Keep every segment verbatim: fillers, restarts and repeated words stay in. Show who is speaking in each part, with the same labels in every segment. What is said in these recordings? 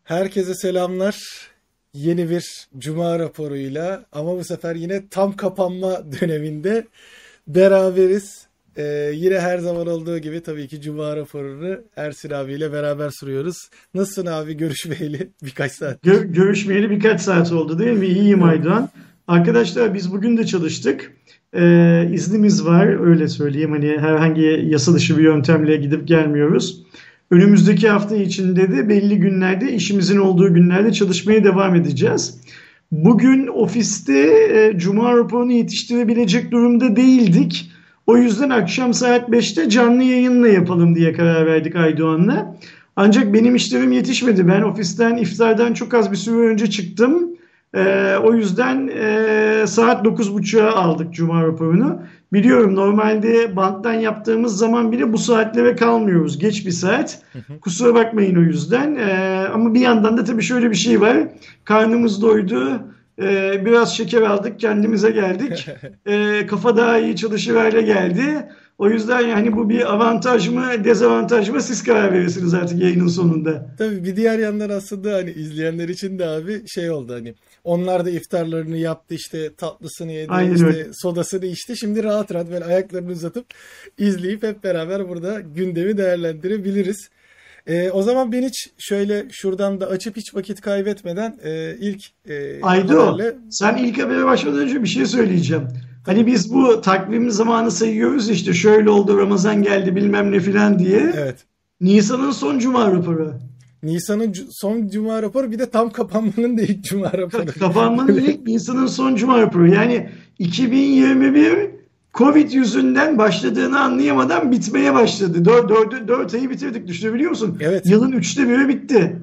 Speaker 1: Herkese selamlar. Yeni bir Cuma raporuyla ama bu sefer yine tam kapanma döneminde beraberiz. Ee, yine her zaman olduğu gibi tabii ki Cuma raporunu Ersin abiyle beraber sunuyoruz. Nasılsın abi görüşmeyeli birkaç saat?
Speaker 2: Gö- görüşmeyeli birkaç saat oldu değil mi? İyiyim
Speaker 1: Evet.
Speaker 2: Aydoğan. Arkadaşlar biz bugün de çalıştık. Ee, iznimiz var öyle söyleyeyim. Hani herhangi yasa dışı bir yöntemle gidip gelmiyoruz. Önümüzdeki hafta içinde de belli günlerde işimizin olduğu günlerde çalışmaya devam edeceğiz. Bugün ofiste e, Cuma raporunu yetiştirebilecek durumda değildik. O yüzden akşam saat beşte canlı yayınla yapalım diye karar verdik Aydoğan'la. Ancak benim işlerim yetişmedi. Ben ofisten iftardan çok az bir süre önce çıktım. Ee, o yüzden e, saat dokuz buçuğa aldık Cuma raporunu. Biliyorum normalde banttan yaptığımız zaman bile bu saatlere kalmıyoruz. Geç bir saat.
Speaker 1: Hı hı.
Speaker 2: Kusura bakmayın o yüzden. Ee, ama bir yandan da tabii şöyle bir şey var. Karnımız doydu. Ee, biraz şeker aldık. Kendimize geldik. Ee, kafa daha iyi çalışır hale geldi. O yüzden yani bu bir avantaj mı dezavantaj mı siz karar verirsiniz artık yayının sonunda.
Speaker 1: Tabii bir diğer yandan aslında hani izleyenler için de abi şey oldu hani onlar da iftarlarını yaptı işte tatlısını yedi
Speaker 2: Aynen öyle.
Speaker 1: işte sodasını içti. Şimdi rahat rahat böyle ayaklarını uzatıp izleyip hep beraber burada gündemi değerlendirebiliriz. Ee, o zaman ben hiç şöyle şuradan da açıp hiç vakit kaybetmeden e, ilk e,
Speaker 2: Aydo,
Speaker 1: haberle
Speaker 2: sen ilk habere başlamadan önce bir şey söyleyeceğim. Hani
Speaker 1: tabii.
Speaker 2: biz bu takvim zamanı sayıyoruz işte şöyle oldu Ramazan geldi bilmem ne filan diye.
Speaker 1: Evet.
Speaker 2: Nisan'ın son cuma raporu.
Speaker 1: Nisan'ın cu- son cuma raporu bir de tam kapanmanın da ilk cuma
Speaker 2: Ka-
Speaker 1: raporu.
Speaker 2: Kapanmanın
Speaker 1: Böyle.
Speaker 2: ilk Nisan'ın son cuma raporu. Yani iki bin yirmi bir Covid yüzünden başladığını anlayamadan bitmeye başladı. Dört, dört, dört ayı bitirdik düşünebiliyor musun?
Speaker 1: Evet.
Speaker 2: Yılın üçte biri bitti.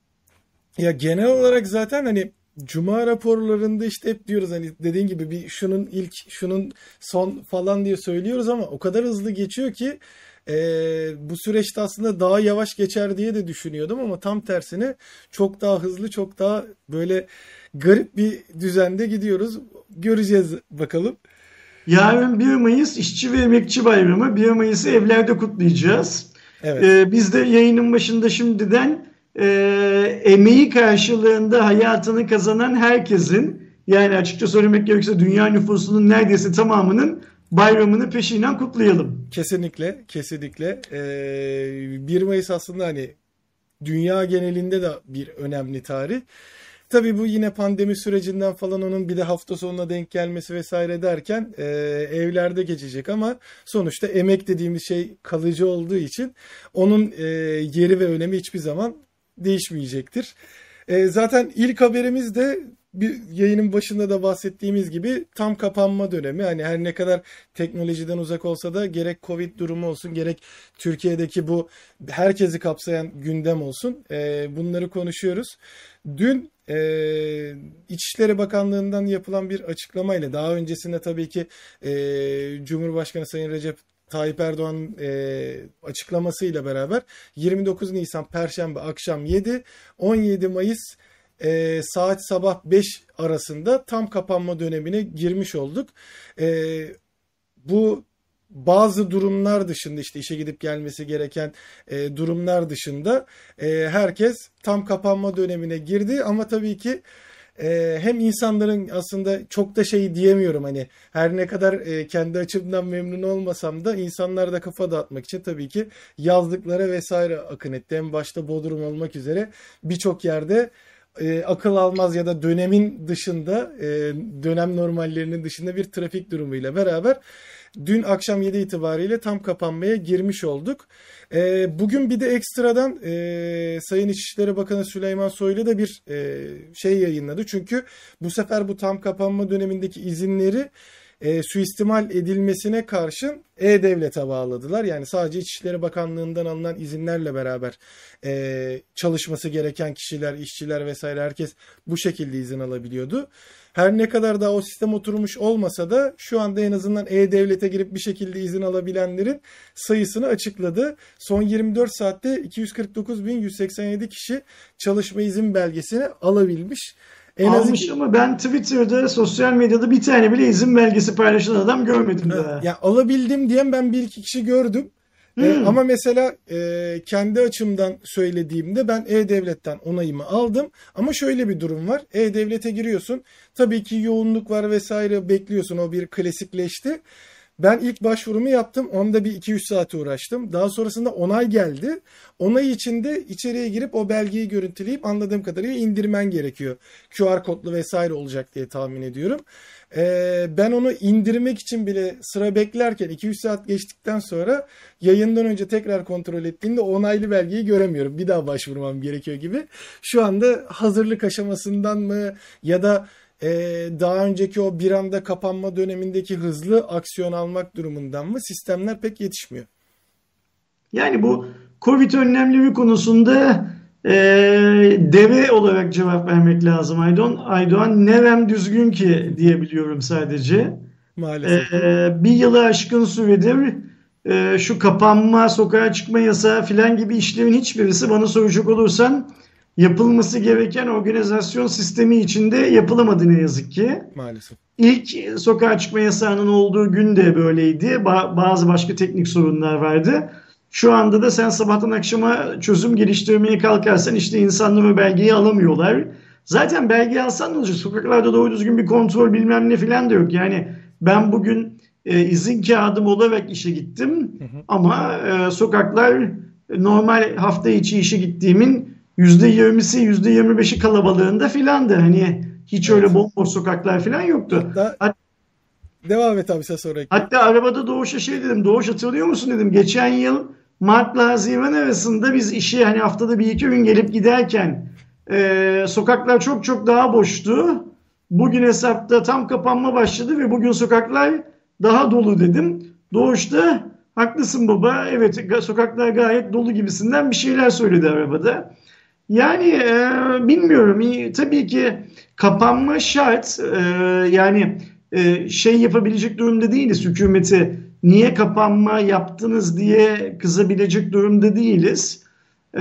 Speaker 1: Ya genel olarak zaten hani Cuma raporlarında işte hep diyoruz hani dediğin gibi bir şunun ilk şunun son falan diye söylüyoruz ama o kadar hızlı geçiyor ki e, bu süreçte aslında daha yavaş geçer diye de düşünüyordum ama tam tersine çok daha hızlı çok daha böyle garip bir düzende gidiyoruz. Göreceğiz bakalım.
Speaker 2: Yarın bir Mayıs İşçi ve Emekçi Bayramı. bir Mayıs'ı evlerde kutlayacağız.
Speaker 1: Evet.
Speaker 2: Ee, biz de yayının başında şimdiden e, emeği karşılığında hayatını kazanan herkesin yani açıkça söylemek gerekirse dünya nüfusunun neredeyse tamamının bayramını peşinen kutlayalım.
Speaker 1: Kesinlikle, kesinlikle. Ee, bir Mayıs aslında hani dünya genelinde de bir önemli tarih. Tabii bu yine pandemi sürecinden falan onun bir de hafta sonuna denk gelmesi vesaire derken e, evlerde geçecek ama sonuçta emek dediğimiz şey kalıcı olduğu için onun e, yeri ve önemi hiçbir zaman değişmeyecektir. E, zaten ilk haberimiz de bir yayının başında da bahsettiğimiz gibi tam kapanma dönemi. Hani her ne kadar teknolojiden uzak olsa da gerek Covid durumu olsun gerek Türkiye'deki bu herkesi kapsayan gündem olsun. E, bunları konuşuyoruz. Dün e, İçişleri Bakanlığı'ndan yapılan bir açıklamayla daha öncesinde tabii ki e, Cumhurbaşkanı Sayın Recep Tayyip Erdoğan'ın e, açıklamasıyla beraber yirmi dokuz Nisan Perşembe akşam yedi, on yedi Mayıs e, saat sabah beş arasında tam kapanma dönemine girmiş olduk. E, bu bazı durumlar dışında işte işe gidip gelmesi gereken e, durumlar dışında e, herkes tam kapanma dönemine girdi ama tabii ki e, hem insanların aslında çok da şey diyemiyorum hani her ne kadar e, kendi açımdan memnun olmasam da insanlar da kafa dağıtmak için tabii ki yazlıklara vesaire akın etti. En başta Bodrum olmak üzere birçok yerde e, akıl almaz ya da dönemin dışında e, dönem normallerinin dışında bir trafik durumuyla beraber dün akşam yedi itibariyle tam kapanmaya girmiş olduk. E, bugün bir de ekstradan e, Sayın İçişleri Bakanı Süleyman Soylu da bir e, şey yayınladı. Çünkü bu sefer bu tam kapanma dönemindeki izinleri e, suistimal edilmesine karşın E-Devlet'e bağladılar. Yani sadece İçişleri Bakanlığı'ndan alınan izinlerle beraber e, çalışması gereken kişiler, işçiler vesaire herkes bu şekilde izin alabiliyordu. Her ne kadar daha o sistem oturmuş olmasa da şu anda en azından E-Devlet'e girip bir şekilde izin alabilenlerin sayısını açıkladı. Son yirmi dört saatte iki yüz kırk dokuz bin yüz seksen yedi kişi çalışma izin belgesini alabilmiş. En az
Speaker 2: Almış
Speaker 1: iki...
Speaker 2: ama ben Twitter'da, sosyal medyada bir tane bile izin belgesi paylaşan adam görmedim daha.
Speaker 1: Ya alabildim diyen ben bir iki kişi gördüm. E,
Speaker 2: Hmm.
Speaker 1: ama mesela e, kendi açımdan söylediğimde ben E-Devlet'ten onayımı aldım. Ama şöyle bir durum var. E-Devlet'e giriyorsun. Tabii ki yoğunluk var vesaire, bekliyorsun. O bir klasikleşti. Ben ilk başvurumu yaptım. Onda bir iki üç saate uğraştım. Daha sonrasında onay geldi. Onay için de içeriye girip o belgeyi görüntüleyip anladığım kadarıyla indirmen gerekiyor. Q R kodlu vesaire olacak diye tahmin ediyorum. Ee, ben onu indirmek için bile sıra beklerken iki üç saat geçtikten sonra yayından önce tekrar kontrol ettiğimde onaylı belgeyi göremiyorum. Bir daha başvurmam gerekiyor gibi. Şu anda hazırlık aşamasından mı ya da e, daha önceki o bir anda kapanma dönemindeki hızlı aksiyon almak durumundan mı sistemler pek yetişmiyor.
Speaker 2: Yani bu Covid önlemleri konusunda e, deve olarak cevap vermek lazım Aydoğan. Aydoğan nerem düzgün ki diyebiliyorum sadece.
Speaker 1: Maalesef.
Speaker 2: E, bir yılı aşkın süredir e, şu kapanma, sokağa çıkma yasağı filan gibi işlerin hiçbirisi bana soracak olursan yapılması gereken organizasyon sistemi içinde yapılamadı ne yazık ki.
Speaker 1: Maalesef.
Speaker 2: İlk sokağa çıkma yasağının olduğu gün de böyleydi. Ba- bazı başka teknik sorunlar vardı. Şu anda da sen sabahtan akşama çözüm geliştirmeye kalkarsan işte insanlar o belgeyi alamıyorlar. Zaten belgeyi alsan ne olacak? Sokaklarda doğru düzgün bir kontrol bilmem ne falan da yok. Yani ben bugün e, izin kağıdım olarak işe gittim.
Speaker 1: Hı hı.
Speaker 2: Ama e, sokaklar normal hafta içi işe gittiğimin yüzde yirmisi yüzde yirmi beşi kalabalığında filandı. Hani hiç
Speaker 1: Evet.
Speaker 2: öyle bomboş sokaklar falan yoktu.
Speaker 1: Hatta
Speaker 2: Hat-
Speaker 1: devam et abi, sen sonra ekle.
Speaker 2: Hatta arabada Doğuş'a şey dedim. Doğuş hatırlıyor musun dedim. Geçen yıl Mart'la Haziran arasında biz işe hani haftada bir iki gün gelip giderken e, sokaklar çok çok daha boştu. Bugün hesapta tam kapanma başladı ve bugün sokaklar daha dolu dedim. Doğuş da haklısın baba. Evet, sokaklar gayet dolu gibisinden bir şeyler söyledi arabada. Yani e, bilmiyorum. İyi, tabii ki kapanma şart. E, yani e, şey yapabilecek durumda değiliz. Hükümeti niye kapanma yaptınız diye kızabilecek durumda değiliz. E,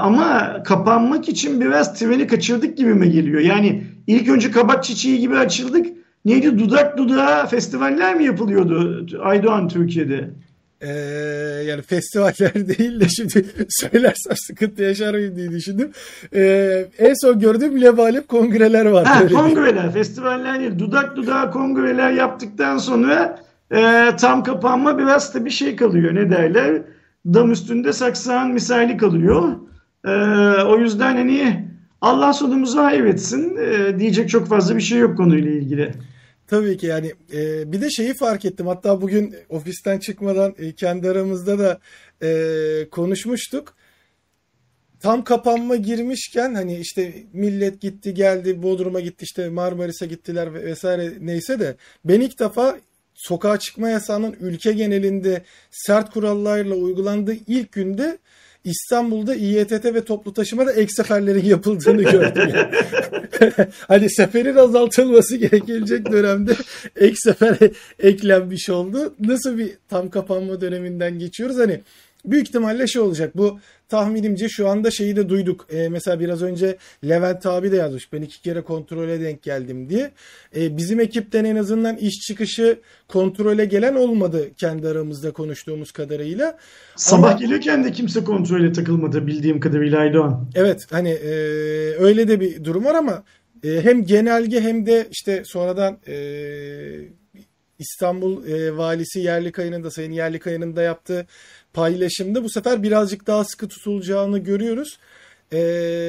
Speaker 2: ama kapanmak için biraz treni kaçırdık gibime geliyor. Yani ilk önce kabak çiçeği gibi açıldık. Neydi, dudak dudağa festivaller mi yapılıyordu Aydoğan Türkiye'de?
Speaker 1: Ee, yani festivaller değil de şimdi söylersem sıkıntı yaşar mıyım diye düşündüm. Ee, en son gördüğüm lebalep kongreler vardı.
Speaker 2: Ha,
Speaker 1: öyle diyeyim.
Speaker 2: kongreler, festivaller değil. Dudak dudağa kongreler yaptıktan sonra e, tam kapanma biraz da bir şey kalıyor. Ne derler? Dam üstünde saksağın misali kalıyor. E, o yüzden hani Allah sonumuzu hayretsin. E, diyecek çok fazla bir şey yok konuyla ilgili.
Speaker 1: Tabii ki yani e, bir de şeyi fark ettim. Hatta bugün ofisten çıkmadan e, kendi aramızda da e, konuşmuştuk. Tam kapanma girmişken hani işte millet gitti geldi, Bodrum'a gitti, işte Marmaris'e gittiler ve vesaire, neyse de ben ilk defa sokağa çıkma yasağının ülke genelinde sert kurallarla uygulandığı ilk günde İstanbul'da İETT ve toplu taşımada ek seferlerin yapıldığını gördüm. Yani. Hani seferin azaltılması gerekilecek dönemde ek sefer eklenmiş oldu. Nasıl bir tam kapanma döneminden geçiyoruz? Hani büyük ihtimalle şey olacak. Bu tahminimce şu anda şeyi de duyduk. Ee, mesela biraz önce Levent abi de yazmış. Ben iki kere kontrole denk geldim diye. Ee, bizim ekipten en azından iş çıkışı kontrole gelen olmadı kendi aramızda konuştuğumuz kadarıyla.
Speaker 2: Sabah
Speaker 1: Ama
Speaker 2: gelirken de kimse kontrole takılmadı bildiğim kadarıyla Aydoğan.
Speaker 1: evet, hani e, öyle de bir durum var ama e, hem genelge hem de işte sonradan e, İstanbul e, valisi Yerlikaya'nın da Sayın Yerlikaya'nın da yaptığı paylaşımda bu sefer birazcık daha sıkı tutulacağını görüyoruz. E,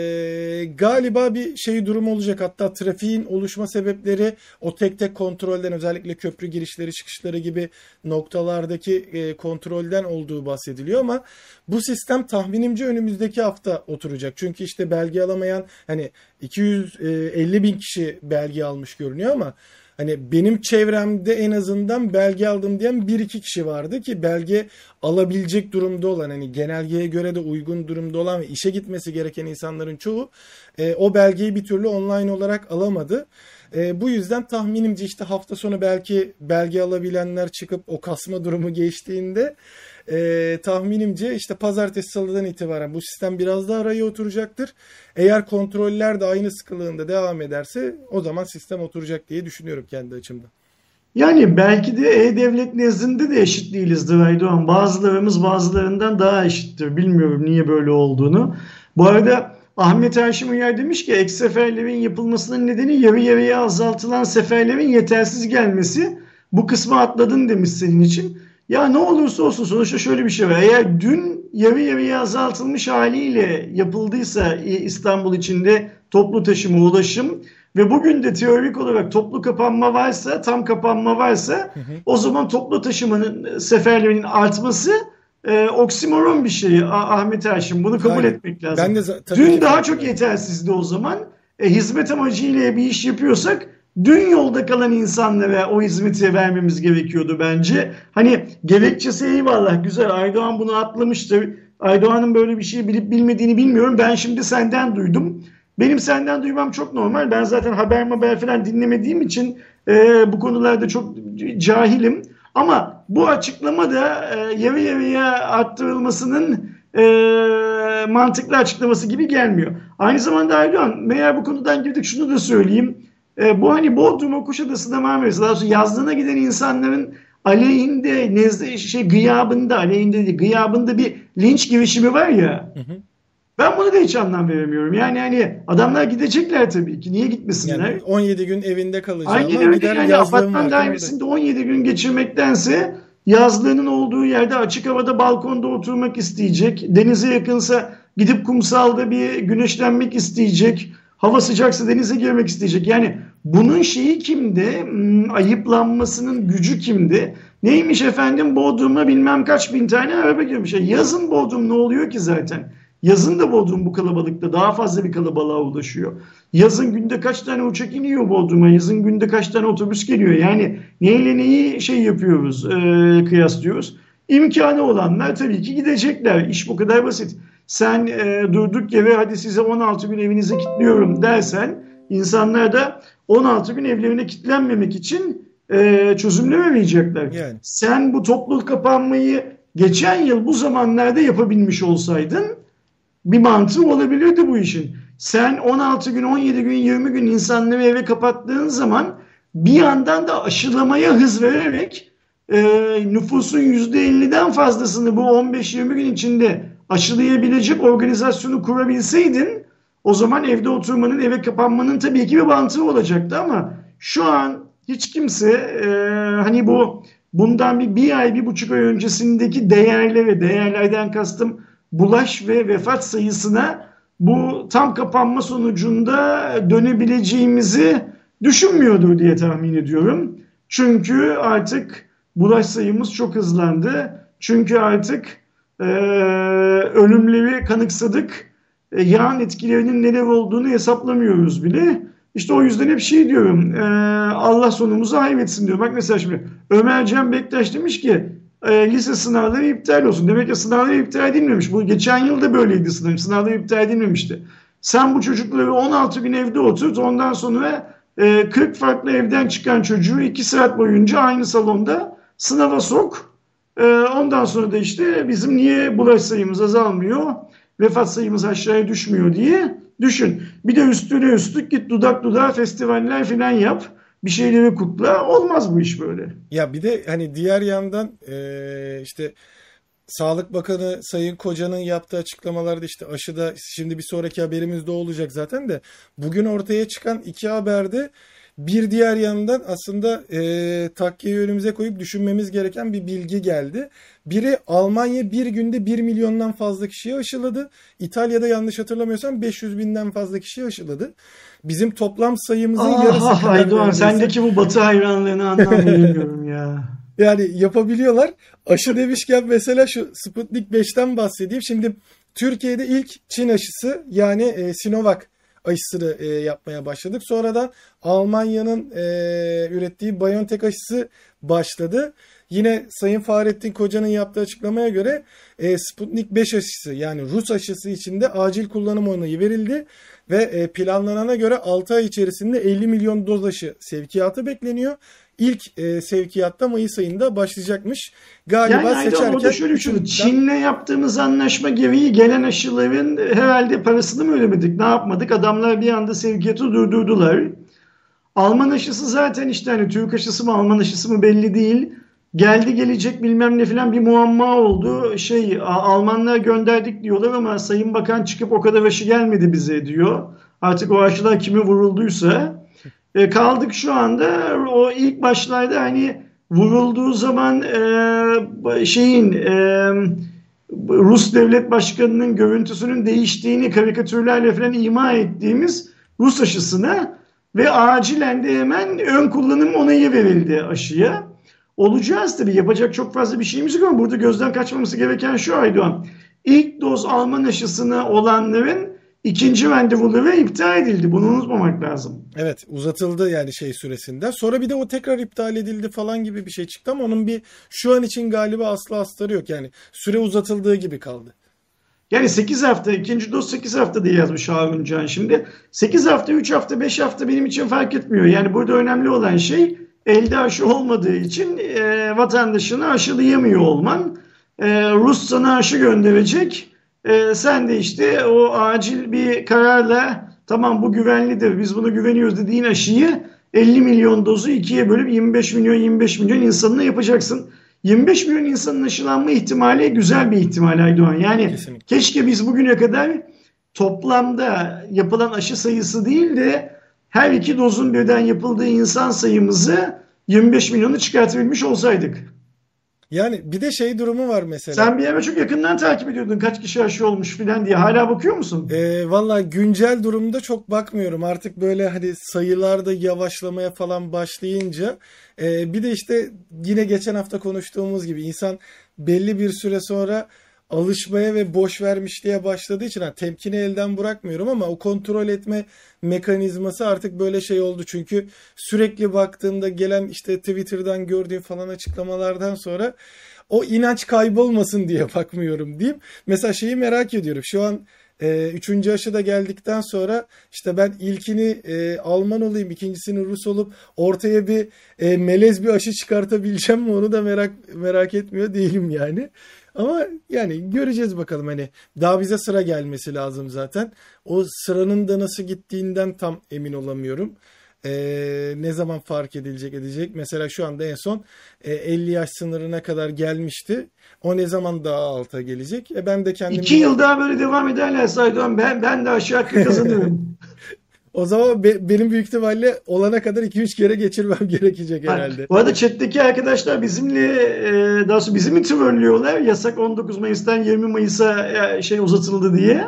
Speaker 1: galiba bir şey durum olacak. Hatta trafiğin oluşma sebepleri o tek tek kontrolden, özellikle köprü girişleri çıkışları gibi noktalardaki e, kontrolden olduğu bahsediliyor ama bu sistem tahminimce önümüzdeki hafta oturacak. Çünkü işte belge alamayan hani iki yüz elli bin kişi belge almış görünüyor ama hani benim çevremde en azından belge aldım diyen bir iki kişi vardı ki belge alabilecek durumda olan, hani genelgeye göre de uygun durumda olan ve işe gitmesi gereken insanların çoğu e, o belgeyi bir türlü online olarak alamadı. E, bu yüzden tahminimce işte hafta sonu belki belge alabilenler çıkıp o kasma durumu geçtiğinde e, tahminimce işte pazartesi salıdan itibaren bu sistem biraz daha raya oturacaktır. Eğer kontroller de aynı sıkılığında devam ederse o zaman sistem oturacak diye düşünüyorum kendi açımdan.
Speaker 2: Yani belki de E-Devlet nezdinde de eşit değilizdir Aydoğan. Bazılarımız bazılarından daha eşittir. Bilmiyorum niye böyle olduğunu. Bu arada Ahmet Haşim Uyar demiş ki ek seferlerin yapılmasının nedeni yarı yarıya azaltılan seferlerin yetersiz gelmesi. Bu kısmı atladın demiş senin için. Ya ne olursa olsun sonuçta şöyle bir şey var. Eğer dün yarı yarıya azaltılmış haliyle yapıldıysa İstanbul içinde toplu taşıma, ulaşım ve bugün de teorik olarak toplu kapanma varsa, tam kapanma varsa hı hı. o zaman toplu taşımanın seferlerinin artması e, oksimoron bir şey Ahmet Haşim. Bunu kabul Aynen. etmek lazım. Ben de, dün daha çok yetersizdi o zaman. E, hizmet amacıyla bir iş yapıyorsak dün yolda kalan insanlara o hizmeti vermemiz gerekiyordu bence. Hani gerekçesi eyvallah güzel, Aydoğan bunu atlamıştır. Aydoğan'ın böyle bir şey bilip bilmediğini bilmiyorum. Ben şimdi senden duydum. Benim senden duymam çok normal. Ben zaten haber haber falan dinlemediğim için e, bu konularda çok cahilim. Ama bu açıklama da e, yarı yarıya arttırılmasının e, mantıklı açıklaması gibi gelmiyor. Aynı zamanda Aydoğan, meğer bu konudan girdik şunu da söyleyeyim. E, bu hani Bodrum Kuşadası'nda Marmaris'te daha sonra yazlığına giden insanların aleyhinde, nezle, şey, gıyabında, aleyhinde değil, gıyabında bir linç girişimi var ya. Hı hı. Ben bunu da hiç anlam veremiyorum. Yani hani adamlar gidecekler tabii ki. Niye gitmesinler?
Speaker 1: Yani on yedi gün evinde kalacak.
Speaker 2: Aynen öyle. Yani apartman dairesinde on yedi gün geçirmektense yazlığının olduğu yerde açık havada balkonda oturmak isteyecek. Denize yakınsa gidip kumsalda bir güneşlenmek isteyecek. Hava sıcaksa denize girmek isteyecek. Yani bunun şeyi kimde? Hmm, ayıplanmasının gücü kimde? Neymiş efendim, Bodrum'a bilmem kaç bin tane araba girmiş. Yazın Bodrum ne oluyor ki zaten? Yazın da Bodrum bu kalabalıkta daha fazla bir kalabalığa ulaşıyor. Yazın günde kaç tane uçak iniyor Bodrum'a? Yazın günde kaç tane otobüs geliyor? Yani neyle neyi şey yapıyoruz, e, kıyaslıyoruz? İmkanı olanlar tabii ki gidecekler. İş bu kadar basit. Sen e, durduk yere hadi size on altı gün evinize kilitliyorum dersen insanlar da on altı gün evlerine kilitlenmemek için e, çözümler arayacaklar. Yani. Sen bu toplu kapanmayı geçen yıl bu zamanlarda yapabilmiş olsaydın bir mantığı olabilirdi bu işin. Sen on altı gün, on yedi gün, yirmi gün insanları eve kapattığın zaman bir yandan da aşılamaya hız vererek e, nüfusun yüzde elliden fazlasını bu on beş yirmi gün içinde aşılayabilecek organizasyonu kurabilseydin o zaman evde oturmanın, eve kapanmanın tabii ki bir mantığı olacaktı ama şu an hiç kimse e, hani bu bundan bir, bir ay, bir buçuk ay öncesindeki değerlere, değerlerden kastım bulaş ve vefat sayısına bu tam kapanma sonucunda dönebileceğimizi düşünmüyordur diye tahmin ediyorum. Çünkü artık bulaş sayımız çok hızlandı. Çünkü artık e, ölümleri kanıksadık. E, yan etkilerinin neler olduğunu hesaplamıyoruz bile. İşte o yüzden hep şey diyorum, e, Allah sonumuzu hayretsin diyorum. Bak mesela şimdi Ömer Can Bektaş demiş ki e, lise sınavları iptal olsun. Demek ki sınavları iptal edilmemiş. Bu geçen yıl da böyleydi sınavlar. Sınavları iptal edilmemişti. Sen bu çocukları on altı gün evde oturt. Ondan sonra e, kırk farklı evden çıkan çocuğu iki saat boyunca aynı salonda sınava sok. E, ondan sonra da işte bizim niye bulaş sayımız azalmıyor, vefat sayımız aşağıya düşmüyor diye düşün. Bir de üstüne üstlük git dudak dudağa festivaller falan yap. Bir şeyleri kutla. Olmaz bu iş böyle.
Speaker 1: Ya bir de hani diğer yandan ee, işte Sağlık Bakanı Sayın Koca'nın yaptığı açıklamalarda işte aşıda şimdi bir sonraki haberimizde olacak zaten de bugün ortaya çıkan iki haberde bir diğer yandan aslında e, takkiyeyi önümüze koyup düşünmemiz gereken bir bilgi geldi. Biri Almanya bir günde bir milyondan fazla kişiyi aşıladı. İtalya'da yanlış hatırlamıyorsam beş yüz binden fazla kişiyi aşıladı. Bizim toplam sayımızın ah, yarısı
Speaker 2: ah, kadar. Aydoğan sendeki bu batı hayranlığını anlamıyorum ya.
Speaker 1: Yani yapabiliyorlar. Aşı demişken mesela şu Sputnik beşten bahsedeyim. Şimdi Türkiye'de ilk Çin aşısı yani e, Sinovac aşısını e, yapmaya başladık. Sonradan Almanya'nın e, ürettiği BioNTech aşısı başladı. Yine Sayın Fahrettin Koca'nın yaptığı açıklamaya göre e, Sputnik beş aşısı yani Rus aşısı içinde acil kullanım onayı verildi. Ve e, planlanana göre altı ay içerisinde elli milyon doz aşı sevkiyatı bekleniyor. İlk e, sevkiyatta Mayıs ayında başlayacakmış. Galiba
Speaker 2: yani
Speaker 1: seçerken...
Speaker 2: Orada şöyle bir şey. Çin'le yaptığımız anlaşma gereği gelen aşıların herhalde parasını mı ödemedik, ne yapmadık? Adamlar bir anda sevkiyatı durdurdular. Alman aşısı zaten işte hani Türk aşısı mı Alman aşısı mı belli değil. Geldi gelecek bilmem ne filan bir muamma oldu. Şey Almanlar gönderdik diyorlar ama Sayın Bakan çıkıp o kadar aşı gelmedi bize diyor. Artık o aşılar kime vurulduysa. E, kaldık şu anda o ilk başlarda hani vurulduğu zaman e, şeyin e, Rus devlet başkanının görüntüsünün değiştiğini karikatürlerle falan ima ettiğimiz Rus aşısına ve acilen de hemen ön kullanım onayı verildi aşıya. Olacağız tabii, yapacak çok fazla bir şeyimiz yok ama burada gözden kaçmaması gereken şu Aydoğan. İlk doz Alman aşısına olanların ikinci randevuları iptal edildi. Bunu unutmamak lazım.
Speaker 1: Evet, uzatıldı yani şey süresinden. Sonra bir de o tekrar iptal edildi falan gibi bir şey çıktı ama onun bir şu an için galiba aslı astarı yok. Yani süre uzatıldığı gibi kaldı.
Speaker 2: Yani sekiz hafta, ikinci doz sekiz hafta diye yazmış Harun Can şimdi. sekiz hafta, üç hafta, beş hafta benim için fark etmiyor. Yani burada önemli olan şey elde aşı olmadığı için e, vatandaşını aşılayamıyor olman. E, Rus sana aşı gönderecek. E, sen de işte o acil bir kararla tamam bu güvenlidir, biz buna güveniyoruz dediğin aşıyı elli milyon dozu ikiye bölüp yirmi beş milyon yirmi beş milyon insanına yapacaksın. yirmi beş milyon insanın aşılanma ihtimali güzel bir ihtimal Aydoğan. Yani
Speaker 1: Kesinlikle.
Speaker 2: keşke biz bugüne kadar toplamda yapılan aşı sayısı değil de her iki dozun birden yapıldığı insan sayımızı yirmi beş milyonu çıkartabilmiş olsaydık.
Speaker 1: Yani bir de şey durumu var mesela.
Speaker 2: Sen bir ara çok yakından takip ediyordun kaç kişi aşı olmuş filan diye. Hala bakıyor musun?
Speaker 1: E, valla güncel durumda çok bakmıyorum. Artık böyle hani sayılarda yavaşlamaya falan başlayınca e, bir de işte yine geçen hafta konuştuğumuz gibi insan belli bir süre sonra alışmaya ve boş vermişliğe başladığı için yani temkini elden bırakmıyorum ama o kontrol etme mekanizması artık böyle şey oldu. Çünkü sürekli baktığımda gelen işte Twitter'dan gördüğüm falan açıklamalardan sonra o inanç kaybolmasın diye bakmıyorum diyeyim. Mesela şeyi merak ediyorum. Şu an e, üçüncü aşı da geldikten sonra işte ben ilkini e, Alman olayım, ikincisini Rus olup ortaya bir e, melez bir aşı çıkartabileceğim mi onu da merak merak etmiyor değilim yani. Ama yani göreceğiz bakalım hani daha bize sıra gelmesi lazım zaten. O sıranın da nasıl gittiğinden tam emin olamıyorum. Ee, ne zaman fark edilecek edecek. Mesela şu anda en son e, elli yaş sınırına kadar gelmişti. O ne zaman daha alta gelecek? E, ben de kendim
Speaker 2: İki yıl daha böyle devam ederlerse Aydoğan ben, ben de aşı hakkı kazanıyorum.
Speaker 1: o zaman be- benim büyük ihtimalle olana kadar iki üç kere geçirmem gerekecek herhalde.
Speaker 2: Bu arada chat'teki arkadaşlar bizimle e, daha sonra bizi mi trollüyorlar? Yasak on dokuz Mayıs'tan yirmi Mayıs'a e, şey uzatıldı diye.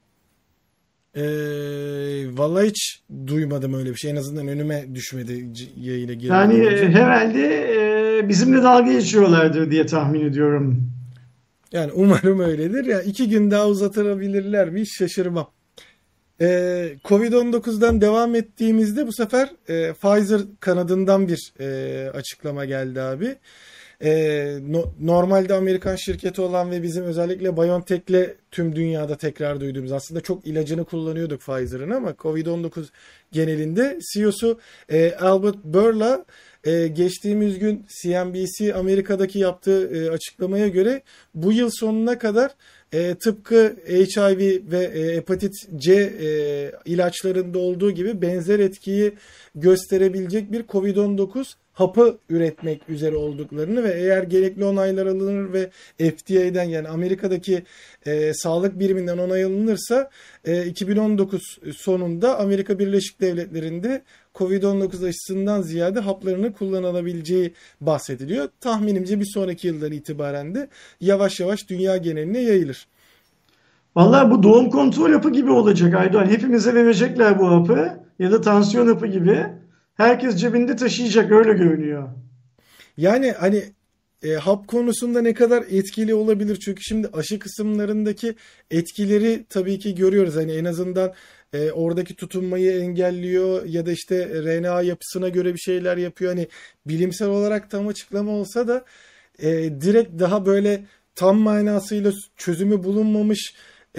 Speaker 1: Ee, vallahi hiç duymadım öyle bir şey. En azından önüme düşmedi c- yayına
Speaker 2: Yani
Speaker 1: girmeden
Speaker 2: e,
Speaker 1: önce.
Speaker 2: herhalde e, bizimle dalga geçiyorlardır diye tahmin ediyorum.
Speaker 1: Yani umarım öyledir. Ya iki gün daha uzatabilirler mi? Hiç şaşırmam. Ee, covid on dokuzdan devam ettiğimizde bu sefer e, Pfizer kanadından bir e, açıklama geldi abi. Ee, no- normalde Amerikan şirketi olan ve bizim özellikle BioNTech'le tüm dünyada tekrar duyduğumuz aslında çok ilacını kullanıyorduk Pfizer'ın ama covid on dokuz genelinde C E O'su e, Albert Bourla e, geçtiğimiz gün C N B C Amerika'daki yaptığı e, açıklamaya göre bu yıl sonuna kadar e, tıpkı H I V ve e, hepatit C e, ilaçlarında olduğu gibi benzer etkiyi gösterebilecek bir covid on dokuz hapı üretmek üzere olduklarını ve eğer gerekli onaylar alınır ve F D A'den yani Amerika'daki e, sağlık biriminden onay alınırsa e, iki bin on dokuz sonunda Amerika Birleşik Devletleri'nde covid on dokuz aşısından ziyade haplarını kullanılabileceği bahsediliyor. Tahminimce bir sonraki yıldan itibaren de yavaş yavaş dünya geneline yayılır.
Speaker 2: Vallahi bu doğum kontrol hapı gibi olacak Aydoğan. Hepimize verecekler bu hapı ya da tansiyon hapı gibi. Herkes cebinde taşıyacak öyle görünüyor.
Speaker 1: Yani hani e, hap konusunda ne kadar etkili olabilir? Çünkü şimdi aşı kısımlarındaki etkileri tabii ki görüyoruz. Hani en azından e, oradaki tutunmayı engelliyor ya da işte R N A yapısına göre bir şeyler yapıyor. Hani bilimsel olarak tam açıklama olsa da e, direkt daha böyle tam manasıyla çözümü bulunmamış e,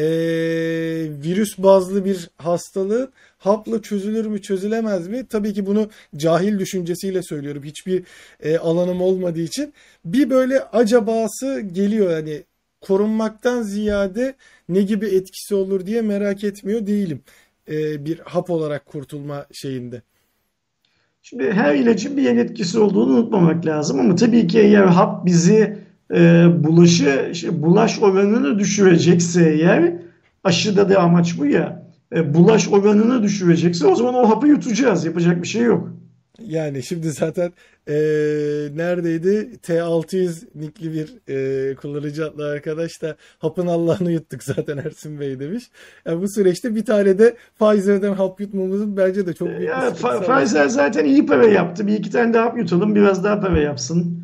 Speaker 1: virüs bazlı bir hastalığı hapla çözülür mü çözülemez mi? Tabii ki bunu cahil düşüncesiyle söylüyorum. Hiçbir e, alanım olmadığı için. Bir böyle acabası geliyor yani korunmaktan ziyade ne gibi etkisi olur diye merak etmiyor değilim. E, bir hap olarak kurtulma şeyinde.
Speaker 2: Şimdi her ilacın bir yan etkisi olduğunu unutmamak lazım ama tabii ki eğer hap bizi e, bulaşı şey, bulaş oranını düşürecekse eğer aşıda da amaç bu ya e, bulaş oranını düşürecekse o zaman o hapı yutacağız. Yapacak bir şey yok.
Speaker 1: Yani şimdi zaten eee, neredeydi? T altı yüz nickli bir eee, kullanıcı adlı arkadaş da hapın Allah'ını yuttuk zaten Ersin Bey demiş. Yani bu süreçte bir tane de Pfizer'den hap yutmamızın bence de çok büyük bir
Speaker 2: Ya Fa-
Speaker 1: sıkıntısı var.
Speaker 2: Pfizer zaten iyi para yaptı. Bir iki tane daha hap yutalım biraz daha para yapsın.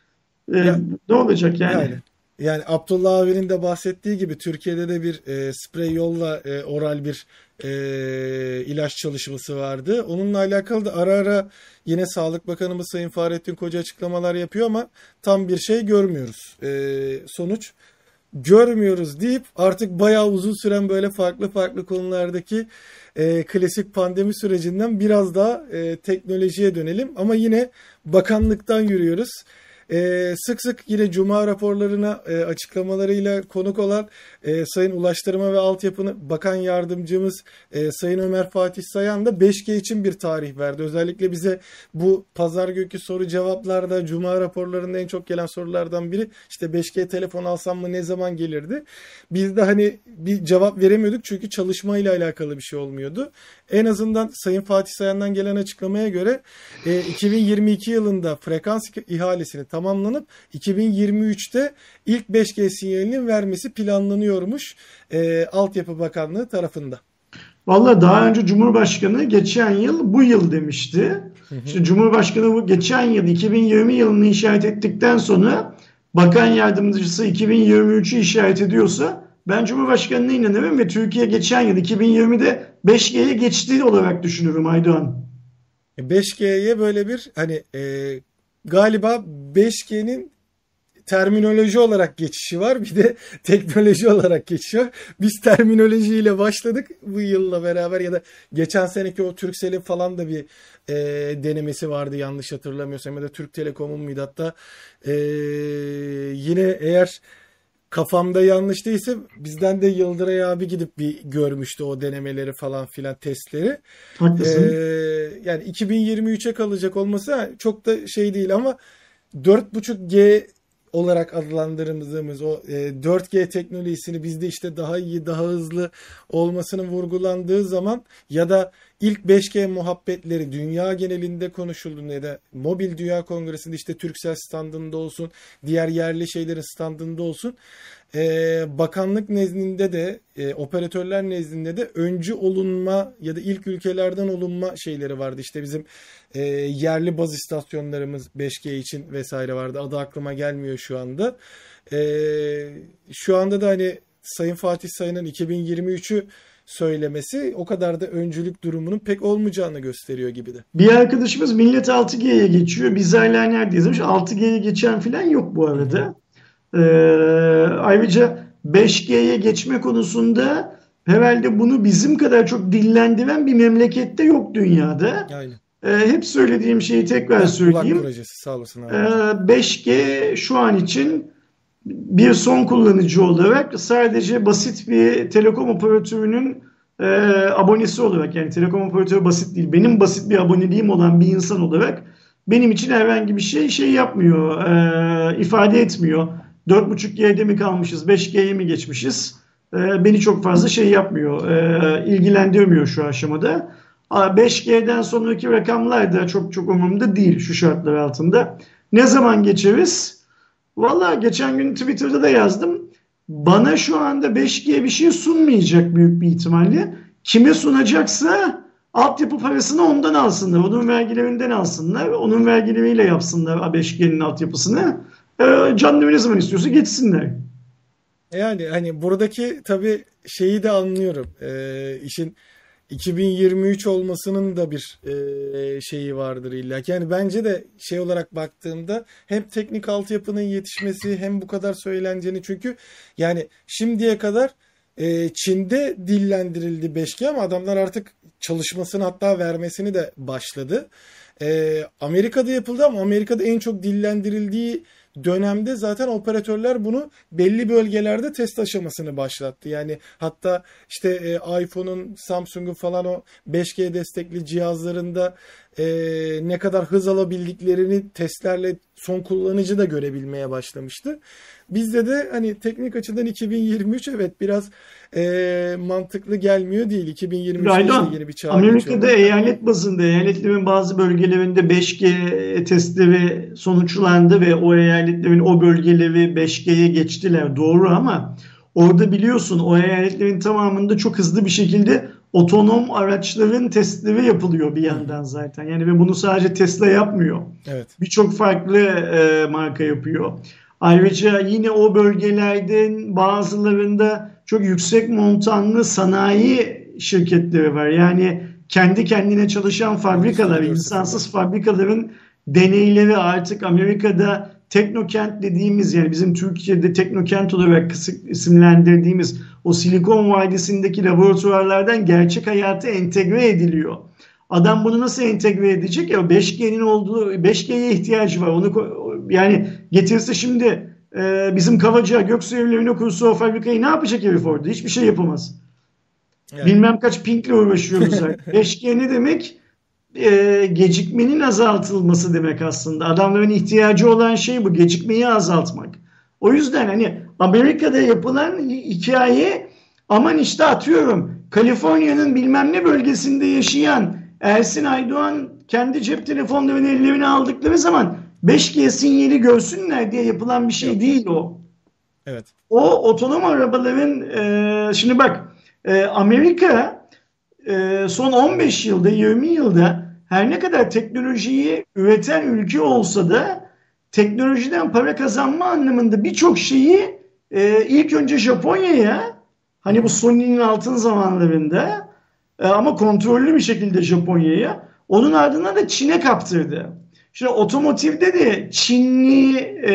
Speaker 2: E,
Speaker 1: Ya
Speaker 2: ne olacak yani?
Speaker 1: yani yani Abdullah abinin de bahsettiği gibi Türkiye'de de bir e, sprey yolla e, oral bir e, ilaç çalışması vardı. Onunla alakalı da ara ara yine Sağlık Bakanımız Sayın Fahrettin Koca açıklamalar yapıyor ama tam bir şey görmüyoruz. E, sonuç görmüyoruz deyip artık bayağı uzun süren böyle farklı farklı konulardaki e, klasik pandemi sürecinden biraz daha e, teknolojiye dönelim. Ama yine bakanlıktan yürüyoruz. E, sık sık yine Cuma raporlarına e, açıklamalarıyla konuk olan e, Sayın Ulaştırma ve Altyapı Bakan Yardımcımız e, Sayın Ömer Fatih Sayan da beş G için bir tarih verdi. Özellikle bize bu pazar günkü soru cevaplarda Cuma raporlarında en çok gelen sorulardan biri işte beş G telefon alsam mı ne zaman gelirdi? Biz de hani bir cevap veremiyorduk çünkü çalışmayla alakalı bir şey olmuyordu. En azından Sayın Fatih Sayan'dan gelen açıklamaya göre e, iki bin yirmi iki yılında frekans ihalesini tamamlanıp iki bin yirmi üçte ilk beş G sinyalinin vermesi planlanıyormuş e, Altyapı Bakanlığı tarafında.
Speaker 2: Valla daha önce Cumhurbaşkanı geçen yıl bu yıl demişti.
Speaker 1: Hı hı.
Speaker 2: İşte Cumhurbaşkanı bu geçen yıl iki bin yirmi yılını işaret ettikten sonra Bakan Yardımcısı iki bin yirmi üçü işaret ediyorsa ben Cumhurbaşkanı'na inanırım ve Türkiye geçen yıl iki bin yirmide beş G'ye geçtiği olarak düşünürüm Aydoğan.
Speaker 1: beş G'ye böyle bir hani e, galiba beş G'nin terminoloji olarak geçişi var. Bir de teknoloji olarak geçişi var. Biz terminolojiyle başladık bu yılla beraber ya da geçen seneki o Turkcell'in falan da bir e, denemesi vardı yanlış hatırlamıyorsam ya da Türk Telekom'un muydu hatta e, yine eğer kafamda yanlış değilse bizden de Yıldıray abi gidip bir görmüştü o denemeleri falan filan testleri. Ee,
Speaker 2: Haklısın.
Speaker 1: yani iki bin yirmi üçe kalacak olması çok da şey değil ama dört buçuk G olarak adlandırdığımız o e, dört G teknolojisini bizde işte daha iyi, daha hızlı olmasının vurgulandığı zaman ya da ilk beş G muhabbetleri dünya genelinde konuşulduğunda ya da Mobil Dünya Kongresi'nde işte Turkcell standında olsun, diğer yerli şeylerin standında olsun e, bakanlık nezdinde de e, operatörler nezdinde de öncü olunma ya da ilk ülkelerden olunma şeyleri vardı. İşte bizim e, yerli baz istasyonlarımız beş G için vesaire vardı. Adı aklıma gelmiyor şu anda. E, şu anda da hani Sayın Fatih Sayın'ın iki bin yirmi üçü söylemesi o kadar da öncülük durumunun pek olmayacağını gösteriyor gibi de.
Speaker 2: Bir arkadaşımız millet altı G'ye geçiyor. Biz hala neredeyiz demiş. altı G'ye geçen falan yok bu
Speaker 1: Hı hı.
Speaker 2: arada. Ee, ayrıca beş G'ye geçme konusunda herhalde bunu bizim kadar çok dillendiren bir memlekette yok dünyada.
Speaker 1: Aynen.
Speaker 2: Ee, hep söylediğim şeyi tekrar
Speaker 1: Heh, Ulak
Speaker 2: söyleyeyim.
Speaker 1: projesi sağ olasın
Speaker 2: Ee,
Speaker 1: abicim.
Speaker 2: beş G şu an için bir son kullanıcı olarak sadece basit bir telekom operatörünün e, abonesi olarak yani telekom operatörü basit değil. Benim basit bir aboneliğim olan bir insan olarak benim için herhangi bir şey şey yapmıyor, e, ifade etmiyor. dört buçuk G'de mi kalmışız, beş G'ye mi geçmişiz? E, beni çok fazla şey yapmıyor, e, ilgilendirmiyor şu aşamada. beş G'den sonraki rakamlar da çok çok umurumda değil şu şartlar altında. Ne zaman geçeriz? Valla geçen gün Twitter'da da yazdım. Bana şu anda beş G bir şey sunmayacak büyük bir ihtimalle. Kime sunacaksa altyapı parasını ondan alsınlar. Onun vergilerinden alsınlar. Onun vergileriyle yapsınlar beş G'nin altyapısını. Ee, canlı ne zaman istiyorsa geçsinler.
Speaker 1: Yani hani buradaki tabii şeyi de anlıyorum. Ee, işin iki bin yirmi üç olmasının da bir e, şeyi vardır illa ki. Yani bence de şey olarak baktığımda hem teknik altyapının yetişmesi hem bu kadar söyleneceğini çünkü yani şimdiye kadar e, Çin'de dillendirildi beş G ama adamlar artık çalışmasını hatta vermesini de başladı. E, Amerika'da yapıldı ama Amerika'da en çok dillendirildiği dönemde zaten operatörler bunu belli bölgelerde test aşamasını başlattı. Yani hatta işte e, iPhone'un, Samsung'un falan o beş G destekli cihazlarında e, ne kadar hız alabildiklerini testlerle son kullanıcı da görebilmeye başlamıştı. Bizde de hani teknik açıdan iki bin yirmi üç evet biraz e, mantıklı gelmiyor değil. iki bin yirmi üçte işte yeni bir çağ
Speaker 2: Amerika'da
Speaker 1: geçiyor.
Speaker 2: eyalet bazında eyaletlerin bazı bölgelerinde beş G testleri sonuçlandı ve o eyaletlerin o bölgeleri beş G'ye geçtiler. Doğru ama orada biliyorsun o eyaletlerin tamamında çok hızlı bir şekilde otonom araçların testleri yapılıyor bir yandan zaten. Yani ve bunu sadece Tesla yapmıyor.
Speaker 1: Evet.
Speaker 2: Birçok farklı e, marka yapıyor. Ayrıca yine o bölgelerden bazılarında çok yüksek montanlı sanayi şirketleri var. Yani kendi kendine çalışan fabrikalar, insansız fabrikaların deneyleri artık Amerika'da teknokent dediğimiz, yani bizim Türkiye'de teknokent olarak isimlendirdiğimiz o Silikon Vadisi'ndeki laboratuvarlardan gerçek hayata entegre ediliyor. Adam bunu nasıl entegre edecek? Ya beş G'nin olduğu, beş G'ye ihtiyacı var. Onu yani getirse şimdi e, bizim Kavacığa, Göksu evlerine kursa o fabrikayı ne yapacak herif orada? Hiçbir şey yapamaz. Yani. Bilmem kaç pinkle uğraşıyoruz. beş G ne demek? E, gecikmenin azaltılması demek aslında. Adamların ihtiyacı olan şey bu. Gecikmeyi azaltmak. O yüzden hani Amerika'da yapılan hikaye, aman işte atıyorum Kaliforniya'nın bilmem ne bölgesinde yaşayan Ersin Aydoğan kendi cep telefonlarını ellerine aldıkları zaman beş G sinyali görsünler diye yapılan bir şey Yok. değil o.
Speaker 1: Evet.
Speaker 2: O otonom arabaların e, şimdi bak e, Amerika e, son on beş yılda yirmi yılda her ne kadar teknolojiyi üreten ülke olsa da teknolojiden para kazanma anlamında birçok şeyi e, ilk önce Japonya'ya, hani bu Sony'nin altın zamanlarında e, ama kontrollü bir şekilde Japonya'ya, onun ardından da Çin'e kaptırdı. Şimdi otomotivde de Çinli, e,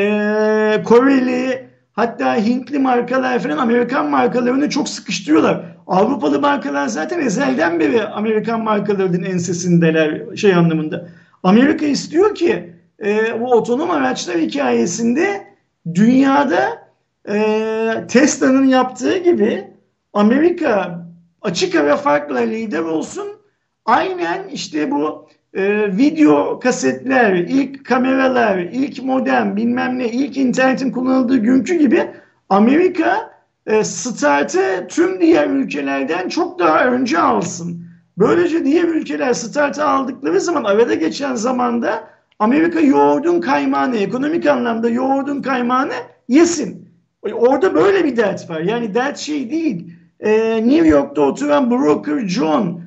Speaker 2: Koreli, hatta Hintli markalar falan Amerikan markalarını çok sıkıştırıyorlar. Avrupalı markalar zaten ezelden beri Amerikan markalarının ensesindeler şey anlamında. Amerika istiyor ki e, bu otonom araçlar hikayesinde dünyada e, Tesla'nın yaptığı gibi Amerika açık ara farkla lider olsun. Aynen işte bu e, video kasetler, ilk kameralar, ilk modem, bilmem ne, ilk internetin kullanıldığı günkü gibi Amerika e, startı tüm diğer ülkelerden çok daha önce alsın. Böylece diğer ülkeler startı aldıkları zaman arada geçen zamanda Amerika yoğurdun kaymağını, ekonomik anlamda yoğurdun kaymağını yesin. Orada böyle bir dert var. Yani dert şey değil. Ee, New York'ta oturan broker John,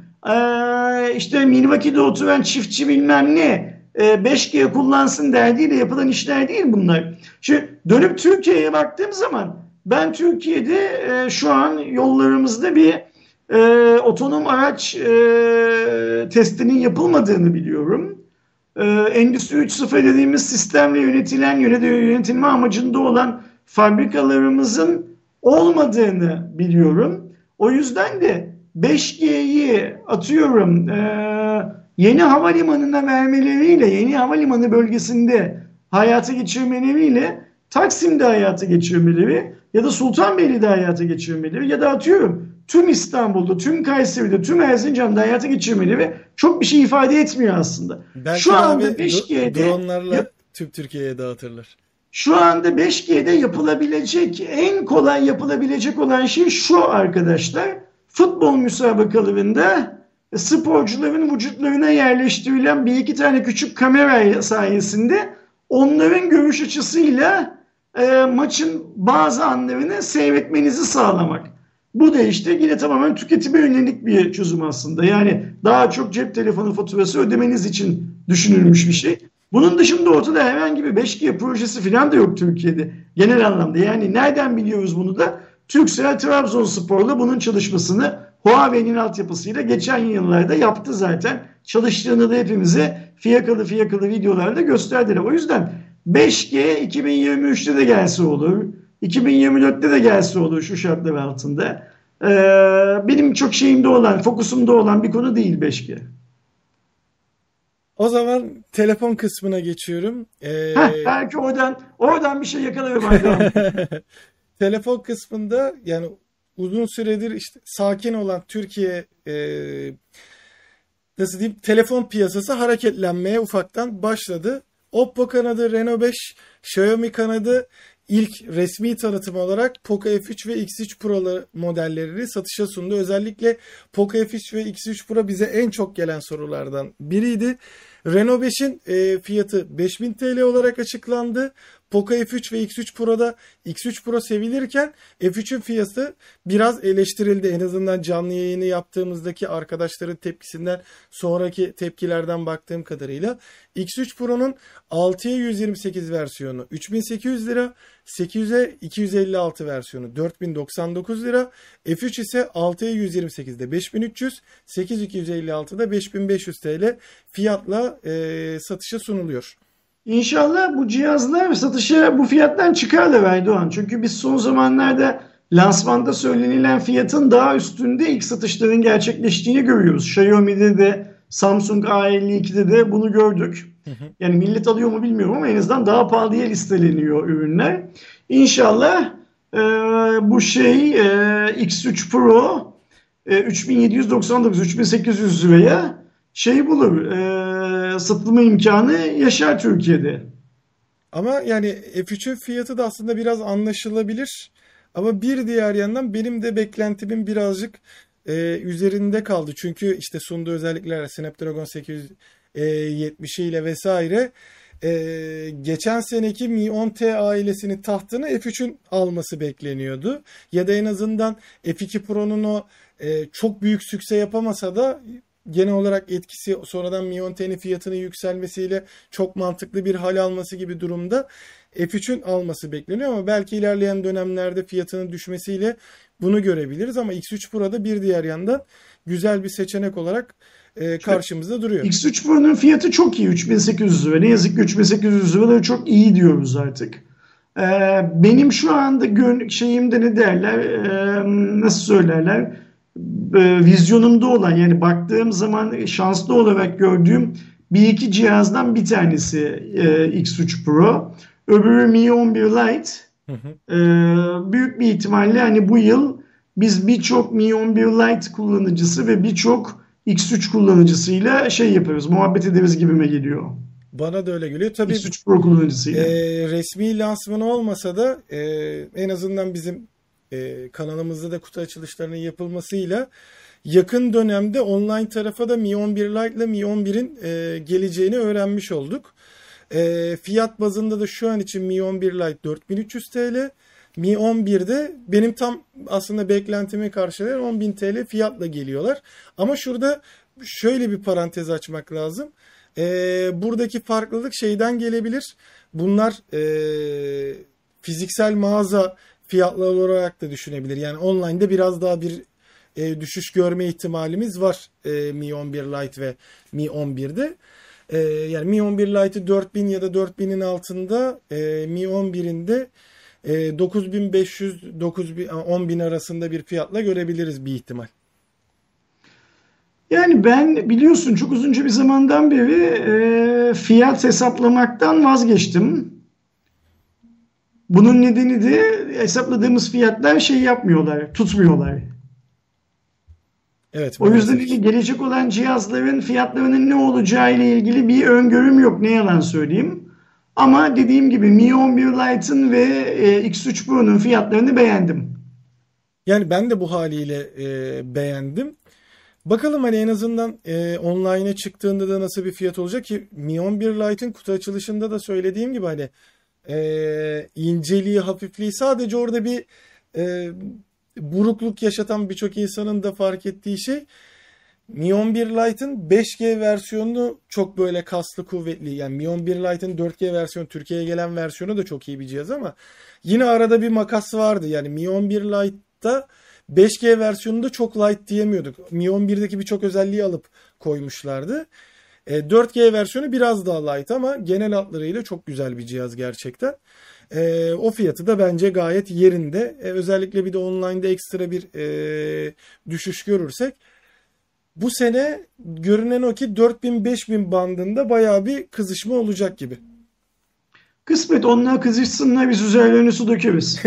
Speaker 2: ee, işte Milwaukee'de oturan çiftçi bilmem ne, ee, beş G kullansın derdiyle yapılan işler değil bunlar. Şimdi dönüp Türkiye'ye baktığım zaman ben Türkiye'de e, şu an yollarımızda bir e, otonom araç e, testinin yapılmadığını biliyorum. E, Endüstri üç nokta sıfır dediğimiz sistemle yönetilen, yönetilme amacında olan fabrikalarımızın olmadığını biliyorum. O yüzden de beş G'yi atıyorum e, yeni havalimanına vermeleriyle, yeni havalimanı bölgesinde hayata geçirmeleriyle Taksim'de hayata geçirmeleri ya da Sultanbeyli'de hayata geçirmeleri ya da atıyorum tüm İstanbul'da, tüm Kayseri'de, tüm Erzincan'da hayata geçirmeleri çok bir şey ifade etmiyor aslında.
Speaker 1: Belki şu anda beş G'de dronlarla yap- tüm Türkiye'ye dağıtırlar.
Speaker 2: Şu anda beş G'de yapılabilecek, en kolay yapılabilecek olan şey şu arkadaşlar. Futbol müsabakalarında sporcuların vücutlarına yerleştirilen bir iki tane küçük kamera sayesinde onların görüş açısıyla e, maçın bazı anlarını seyretmenizi sağlamak. Bu da işte yine tamamen tüketime yönelik bir çözüm aslında. Yani daha çok cep telefonu faturası ödemeniz için düşünülmüş bir şey. Bunun dışında ortada herhangi bir beş G projesi falan da yok Türkiye'de genel anlamda. Yani nereden biliyoruz bunu da? Turkcell Trabzonspor'la bunun çalışmasını Huawei'nin altyapısıyla geçen yıllarda yaptı zaten. Çalıştığını da hepimize fiyakalı fiyakalı videolarda gösterdiler. O yüzden beş G iki bin yirmi üçte de gelse olur. iki bin yirmi dörtte de gelse olur şu şartlar altında. Ee, benim çok şeyimde olan, fokusumda olan bir konu değil beş G.
Speaker 1: O zaman telefon kısmına geçiyorum. Ee,
Speaker 2: Heh, belki oradan oradan bir şey yakalarım Aydoğan.
Speaker 1: telefon kısmında yani uzun süredir işte sakin olan Türkiye e, nasıl diyeyim telefon piyasası hareketlenmeye ufaktan başladı. Oppo kanadı, Reno beş, Xiaomi kanadı ilk resmi tanıtım olarak Poco F üç ve X üç Pro modellerini satışa sundu. Özellikle Poco F üç ve X üç Pro bize en çok gelen sorulardan biriydi. Reno beşin e, fiyatı beş bin T L olarak açıklandı. Poco F üç ve X üç Pro'da X üç Pro sevilirken F üçün fiyatı biraz eleştirildi. En azından canlı yayını yaptığımızdaki arkadaşların tepkisinden sonraki tepkilerden baktığım kadarıyla. X üç Pro'nun altıya yüz yirmi sekiz versiyonu üç bin sekiz yüz lira, sekize iki yüz elli altı versiyonu dört bin doksan dokuz lira, F üç ise altıya yüz yirmi sekizde beş bin üç yüz, sekiz iki yüz elli altıda beş bin beş yüz T L fiyatla e, satışa sunuluyor.
Speaker 2: İnşallah bu cihazlar satışa bu fiyattan çıkarlar Aydoğan. Çünkü biz son zamanlarda lansmanda söylenilen fiyatın daha üstünde ilk satışların gerçekleştiğini görüyoruz. Xiaomi'de de Samsung A elli ikide de bunu gördük. Yani millet alıyor mu bilmiyorum ama en azından daha pahalıya listeleniyor ürünler. İnşallah e, bu şey e, X üç Pro e, üç bin yedi yüz doksan dokuz üç bin sekiz yüz liraya şey bulur. E, satılma imkanı yaşar Türkiye'de.
Speaker 1: Ama yani F üçün fiyatı da aslında biraz anlaşılabilir. Ama bir diğer yandan benim de beklentimin birazcık e, üzerinde kaldı. Çünkü işte sunduğu özellikler Snapdragon sekiz yüz yetmiş ile vesaire e, geçen seneki Mi on T ailesinin tahtını F üçün alması bekleniyordu. Ya da en azından F iki Pro'nun o e, çok büyük sükse yapamasa da genel olarak etkisi sonradan Mi on T'nin fiyatının yükselmesiyle çok mantıklı bir hal alması gibi durumda F üçün alması bekleniyor ama belki ilerleyen dönemlerde fiyatının düşmesiyle bunu görebiliriz ama X üç Pro'da bir diğer yandan güzel bir seçenek olarak e, karşımızda duruyor.
Speaker 2: X üç Pro'nun fiyatı çok iyi üç bin sekiz yüz lira. Ne yazık ki üç bin sekiz yüz liraları çok iyi diyoruz artık. Ee, benim şu anda gön şeyimde ne derler ee, nasıl söylerler ee, vizyonumda olan yani baktığım zaman şanslı olarak gördüğüm bir iki cihazdan bir tanesi e, X üç Pro. Öbürü Mi on bir Lite. Hı hı. Ee, büyük bir ihtimalle hani bu yıl biz birçok Mi on bir Lite kullanıcısı ve birçok X üç kullanıcısıyla şey yapıyoruz, muhabbet ederiz gibime geliyor.
Speaker 1: Bana da öyle geliyor. Tabii
Speaker 2: X üç Pro kullanıcısıyla.
Speaker 1: E, resmi lansmanı olmasa da e, en azından bizim e, kanalımızda da kutu açılışlarının yapılmasıyla yakın dönemde online tarafa da Mi on bir Lite ile Mi on birin e, geleceğini öğrenmiş olduk. E, fiyat bazında da şu an için Mi on bir Lite dört bin üç yüz T L. Mi on birde benim tam aslında beklentimi karşılayan on bin T L fiyatla geliyorlar. Ama şurada şöyle bir parantez açmak lazım. Ee, buradaki farklılık şeyden gelebilir. Bunlar e, fiziksel mağaza fiyatları olarak da düşünebilir. Yani online'da biraz daha bir e, düşüş görme ihtimalimiz var e, Mi on bir Lite ve Mi on birde. E, yani Mi on bir Lite'ı dört bin ya da dört binin altında e, Mi on birinde e, dokuz bin beş yüz dokuz bin on bin arasında bir fiyatla görebiliriz bir ihtimal.
Speaker 2: Yani ben biliyorsun çok uzunca bir zamandan beri e, fiyat hesaplamaktan vazgeçtim. Bunun nedeni de hesapladığımız fiyatlar şey yapmıyorlar, tutmuyorlar.
Speaker 1: Evet,
Speaker 2: o yüzden ki. Gelecek olan cihazların fiyatlarının ne olacağı ile ilgili bir öngörüm yok, ne yalan söyleyeyim. Ama dediğim gibi Mi on bir Lite'ın ve e, X üç Pro'nun fiyatlarını beğendim.
Speaker 1: Yani ben de bu haliyle e, beğendim. Bakalım hani en azından e, online'e çıktığında da nasıl bir fiyat olacak ki Mi on bir Lite'ın kutu açılışında da söylediğim gibi hani e, inceliği, hafifliği sadece orada bir e, burukluk yaşatan birçok insanın da fark ettiği şey Mi on bir Lite'ın beş G versiyonu çok böyle kaslı kuvvetli. Yani Mi on bir Lite'ın dört G versiyonu Türkiye'ye gelen versiyonu da çok iyi bir cihaz ama yine arada bir makas vardı. Yani Mi on bir Lite'da beş G versiyonunda çok light diyemiyorduk. Mi on birdeki birçok özelliği alıp koymuşlardı. E, dört G versiyonu biraz daha light ama genel hatlarıyla çok güzel bir cihaz gerçekten. E, o fiyatı da bence gayet yerinde. E, özellikle bir de online'da ekstra bir e, düşüş görürsek Bu sene görünen o ki dört bin beş bin bandında bayağı bir kızışma olacak gibi.
Speaker 2: Kısmet onlar kızışsınlar, biz üzerlerine su dökeriz.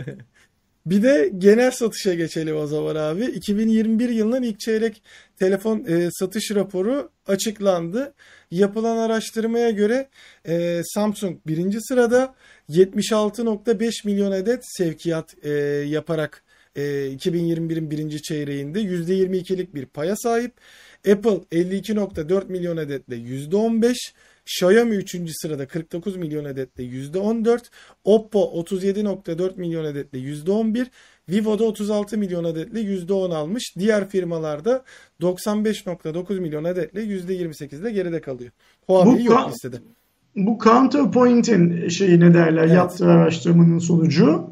Speaker 1: Bir de genel satışa geçelim o zaman abi. iki bin yirmi bir yılının ilk çeyrek telefon e, satış raporu açıklandı. Yapılan araştırmaya göre e, Samsung birinci sırada yetmiş altı nokta beş milyon adet sevkiyat e, yaparak e, iki bin yirmi birin birinci çeyreğinde yüzde yirmi ikilik bir paya sahip. Apple elli iki nokta dört milyon adetle yüzde on beş. Xiaomi üçüncü sırada kırk dokuz milyon adetle yüzde on dört, Oppo otuz yedi nokta dört milyon adetle yüzde on bir, Vivo'da otuz altı milyon adetle yüzde on almış. Diğer firmalarda doksan beş nokta dokuz milyon adetle yüzde yirmi sekiz ile geride kalıyor. Huawei
Speaker 2: Bu,
Speaker 1: yok listede.
Speaker 2: Bu Counterpoint'in şeyi ne derler, evet, yaptığı araştırmanın sonucu.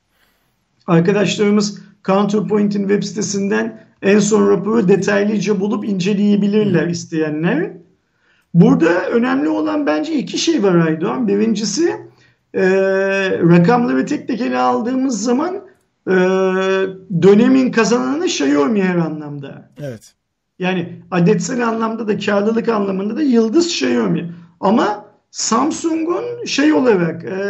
Speaker 2: Arkadaşlarımız Counterpoint'in web sitesinden en son raporu detaylıca bulup inceleyebilirler isteyenler. Burada önemli olan bence iki şey var Aydoğan. Birincisi e, rakamları tek tek ele aldığımız zaman e, dönemin kazananı Xiaomi her anlamda.
Speaker 1: Evet.
Speaker 2: Yani adetsel anlamda da karlılık anlamında da yıldız Xiaomi. Ama Samsung'un şey olarak e,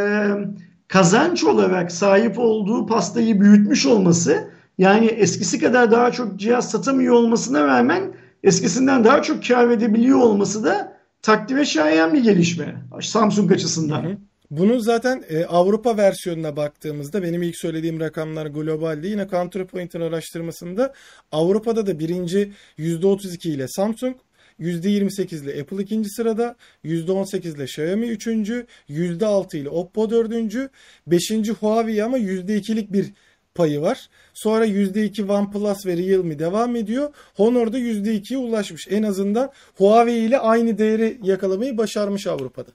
Speaker 2: kazanç olarak sahip olduğu pastayı büyütmüş olması, yani eskisi kadar daha çok cihaz satamıyor olmasına rağmen eskisinden daha çok kar edebiliyor olması da takdire şayan bir gelişme Samsung açısından. Hı hı.
Speaker 1: Bunun zaten e, Avrupa versiyonuna baktığımızda benim ilk söylediğim rakamlar globalde, yine Counterpoint'in araştırmasında Avrupa'da da birinci yüzde otuz iki ile Samsung, yüzde yirmi sekiz ile Apple ikinci sırada, yüzde on sekiz ile Xiaomi üçüncü, yüzde altı ile Oppo dördüncü, beşinci Huawei ama yüzde ikilik bir payı var. Sonra yüzde iki OnePlus ve Realme devam ediyor. Honor da yüzde ikiye ulaşmış. En azından Huawei ile aynı değeri yakalamayı başarmış Avrupa'da.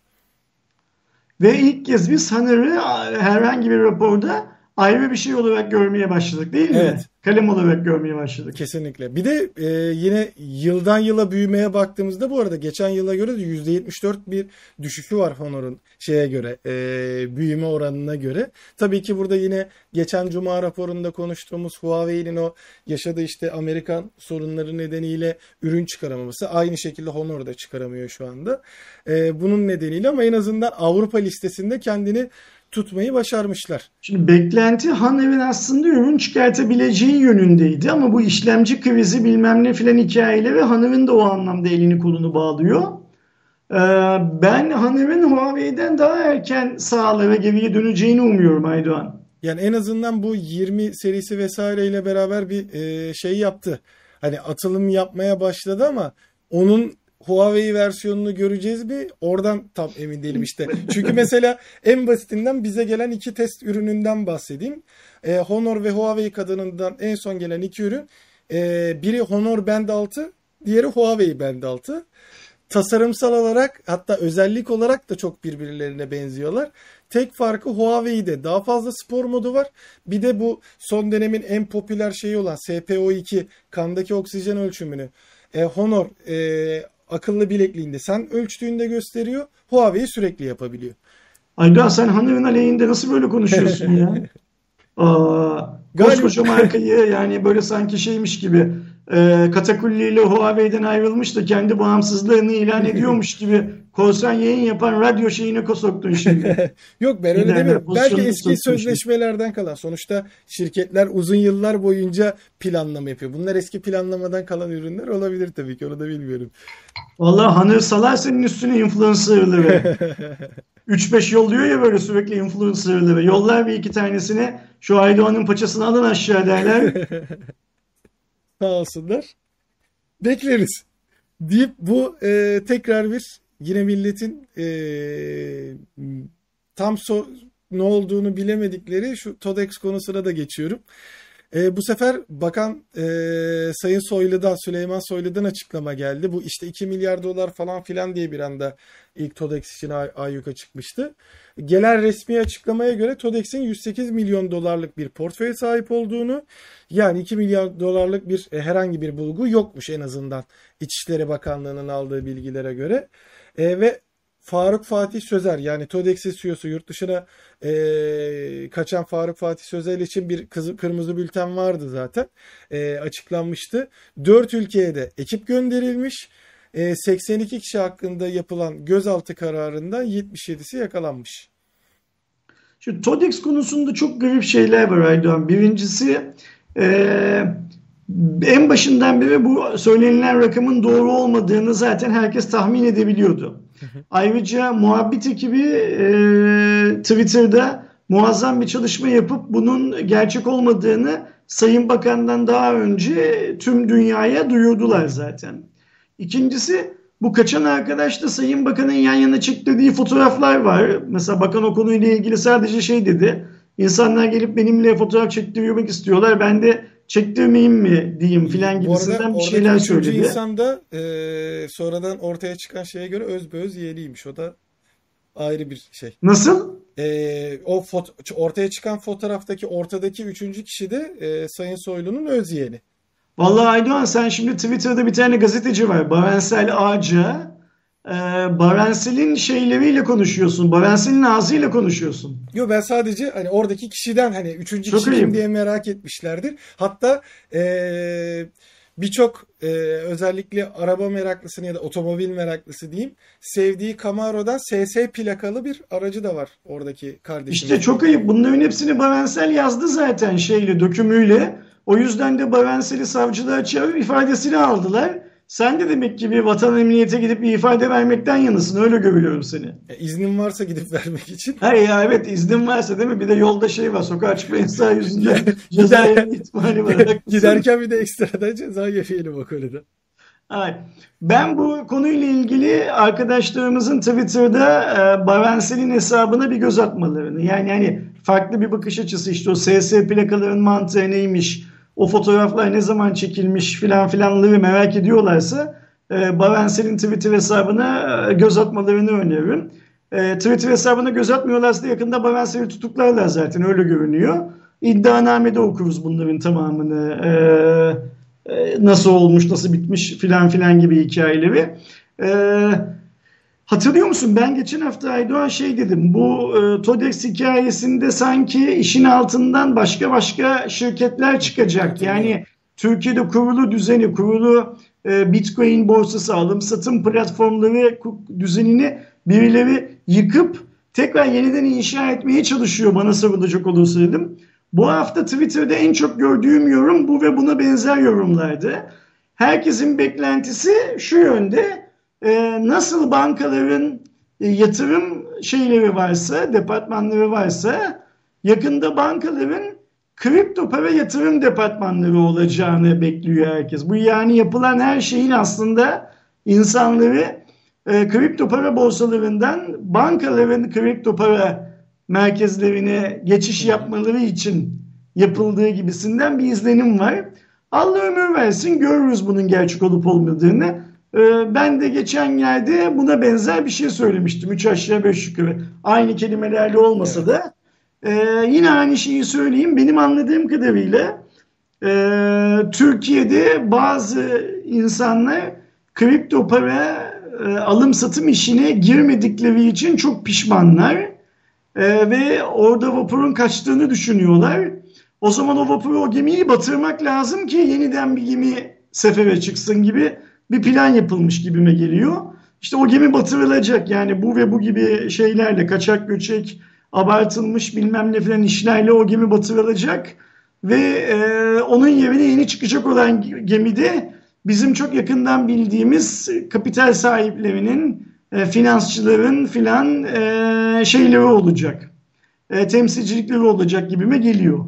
Speaker 2: Ve ilk kez biz Honor'ı herhangi bir raporda ayrı bir şey olarak görmeye başladık, değil mi?
Speaker 1: Evet.
Speaker 2: Kalem olarak görmeye başladık.
Speaker 1: Kesinlikle. Bir de e, yine yıldan yıla büyümeye baktığımızda bu arada geçen yıla göre de yüzde yetmiş dört bir düşüşü var Honor'un şeye göre, e, büyüme oranına göre. Tabii ki burada yine geçen Cuma raporunda konuştuğumuz Huawei'nin o yaşadığı işte Amerikan sorunları nedeniyle ürün çıkaramaması, aynı şekilde Honor da çıkaramıyor şu anda. E, bunun nedeniyle ama en azından Avrupa listesinde kendini tutmayı başarmışlar.
Speaker 2: Şimdi beklenti Honor'un aslında ürün çıkartabileceği yönündeydi ama bu işlemci krizi bilmem ne filan hikayeleri Honor'un da o anlamda elini kolunu bağlıyor. Ee, ben Honor'un Huawei'den daha erken sahalara geriye döneceğini umuyorum Aydoğan.
Speaker 1: Yani en azından bu yirmi serisi vesaireyle beraber bir e, şey yaptı. Hani atılım yapmaya başladı ama onun Huawei versiyonunu göreceğiz mi? Oradan tam emin değilim işte. Çünkü mesela en basitinden bize gelen iki test ürününden bahsedeyim. Ee, Honor ve Huawei kadınından en son gelen iki ürün. Ee, biri Honor Band altı, diğeri Huawei Band altı. Tasarımsal olarak, hatta özellik olarak da çok birbirlerine benziyorlar. Tek farkı Huawei'de daha fazla spor modu var. Bir de bu son dönemin en popüler şeyi olan S P O iki, kandaki oksijen ölçümünü e, Honor e, akıllı bilekliğinde sen ölçtüğünde gösteriyor. Huawei sürekli yapabiliyor.
Speaker 2: Aydoğan, sen Honor'un aleyhinde nasıl böyle konuşuyorsun ya? Aa, koskoca markayı yani böyle sanki şeymiş gibi e, katakulliyle Huawei'den ayrılmış da kendi bağımsızlığını ilan ediyormuş gibi korsan yayın yapan radyo şeyine soktun şimdi.
Speaker 1: Yok, ben öyle demiyorum. Belki eski sözleşmelerden kalan. Sonuçta şirketler uzun yıllar boyunca planlama yapıyor. Bunlar eski planlamadan kalan ürünler olabilir tabii ki. Onu da bilmiyorum.
Speaker 2: Vallahi Honor salar senin üstüne influencerları. üç beş yolluyor ya böyle sürekli influencerları. Yollar bir iki tanesine, şu Aydoğan'ın paçasını alın aşağı derler.
Speaker 1: Sağ olsunlar. Bekleriz. Deyip bu e, tekrar bir yine milletin e, tam so ne olduğunu bilemedikleri şu TODEX konusuna da geçiyorum. E, bu sefer Bakan e, Sayın Soylu'dan, Süleyman Soylu'dan açıklama geldi. Bu işte iki milyar dolar falan filan diye bir anda ilk TODEX için ayyuka çıkmıştı. Gelen resmi açıklamaya göre TODEX'in yüz sekiz milyon dolarlık bir portföye sahip olduğunu, yani iki milyar dolarlık bir e, herhangi bir bulgu yokmuş en azından İçişleri Bakanlığı'nın aldığı bilgilere göre. E, ve Faruk Fatih Sözer, yani TODEX'in C E O'su, yurt dışına e, kaçan Faruk Fatih Sözer için bir kızı, kırmızı bülten vardı zaten. E, açıklanmıştı. Dört ülkeye de ekip gönderilmiş. E, seksen iki kişi hakkında yapılan gözaltı kararından yetmiş yedisi yakalanmış.
Speaker 2: Şu TODEX konusunda çok garip şeyler var Aydoğan. Birincisi e, en başından beri bu söylenilen rakamın doğru olmadığını zaten herkes tahmin edebiliyordu. Ayrıca muhabbet ekibi e, Twitter'da muazzam bir çalışma yapıp bunun gerçek olmadığını Sayın Bakan'dan daha önce tüm dünyaya duyurdular zaten. İkincisi, bu kaçan arkadaş da Sayın Bakan'ın yan yana çektirdiği fotoğraflar var. Mesela bakan o konuyla ilgili sadece şey dedi. İnsanlar gelip benimle fotoğraf çektirmek istiyorlar. Ben de çektirmeyeyim mi diyeyim filan gibisinden bir şeyler söyledi.
Speaker 1: Oradaki insan da e, sonradan ortaya çıkan şeye göre özbeöz yeğeniymiş. O da ayrı bir şey.
Speaker 2: Nasıl?
Speaker 1: E, o foto- ortaya çıkan fotoğraftaki ortadaki üçüncü kişi de e, Sayın Soylu'nun öz yeğeni.
Speaker 2: Vallahi Aydoğan, sen şimdi Twitter'da bir tane gazeteci var, Barensel Ağca. Ee, Barensel'in şeyleriyle konuşuyorsun. Barensel'in ağzıyla konuşuyorsun.
Speaker 1: Yo, ben sadece hani oradaki kişiden, hani üçüncü
Speaker 2: Çok
Speaker 1: kişi
Speaker 2: iyi.
Speaker 1: kim diye merak etmişlerdir. Hatta eee, birçok eee, özellikle araba meraklısını ya da otomobil meraklısı diyeyim, sevdiği Camaro'dan S S plakalı bir aracı da var oradaki kardeşimiz.
Speaker 2: İşte çok ayıp. Bunların hepsini Barensel yazdı zaten şeyle, dökümüyle. O yüzden de Barensel'i savcılığa çağırıp ifadesini aldılar. Sen de demek ki bir vatan emniyete gidip bir ifade vermekten yanısın. Öyle görüyorum seni.
Speaker 1: E, iznin varsa gidip vermek için.
Speaker 2: Hayır ya, evet, iznin varsa değil mi? Bir de yolda şey var. Sokağa çıkma yasağı yüzünden ceza yeme ihtimali var.
Speaker 1: Giderken bir de ekstradan ceza yemeyelim o konuda.
Speaker 2: Hayır. Ben bu konuyla ilgili arkadaşlarımızın Twitter'da e, Barensel'in hesabına bir göz atmalarını, yani hani farklı bir bakış açısı, işte o S S plakaların mantığı neymiş, o fotoğraflar ne zaman çekilmiş filan filanları merak ediyorlarsa e, Barensel'in Twitter hesabına e, göz atmalarını öneririm. E, Twitter hesabına göz atmıyorlarsa da yakında Barensel'i tutuklarlar zaten, öyle görünüyor. İddianamede okuruz bunların tamamını. E, nasıl olmuş, nasıl bitmiş filan filan gibi hikayeleri. Ee, hatırlıyor musun? Ben geçen hafta Aydoğan şey dedim. Bu e, TODEX hikayesinde sanki işin altından başka başka şirketler çıkacak. Yani Türkiye'de kurulu düzeni, kurulu e, Bitcoin borsası, alım satım platformları düzenini birileri yıkıp tekrar yeniden inşa etmeye çalışıyor, bana sorulacak olursa dedim. Bu hafta Twitter'da en çok gördüğüm yorum bu ve buna benzer yorumlardı. Herkesin beklentisi şu yönde: e, nasıl bankaların e, yatırım şeyleri varsa, departmanları varsa, yakında bankaların kripto para yatırım departmanları olacağını bekliyor herkes. Bu yani yapılan her şeyin aslında insanları e, kripto para borsalarından bankaların kripto para merkezlerine geçiş yapmaları için yapıldığı gibisinden bir izlenim var. Allah ömür versin, görürüz bunun gerçek olup olmadığını. Ee, ben de geçen yerde buna benzer bir şey söylemiştim. Üç aşağı beş yukarı. Aynı kelimelerle olmasa da. Ee, yine aynı şeyi söyleyeyim. Benim anladığım kadarıyla e, Türkiye'de bazı insanlar kripto para e, alım satım işine girmedikleri için çok pişmanlar. Ee, ve orada vapurun kaçtığını düşünüyorlar. O zaman o vapuru, o gemiyi batırmak lazım ki yeniden bir gemi sefere çıksın gibi bir plan yapılmış gibime geliyor. İşte o gemi batırılacak, yani bu ve bu gibi şeylerle, kaçak göçek, abartılmış bilmem ne filan işlerle o gemi batırılacak ve e, onun yerine yeni çıkacak olan gemide bizim çok yakından bildiğimiz kapital sahiplerinin, e, finansçıların filan e, şeyleri olacak. E, temsilcilikleri olacak gibime geliyor.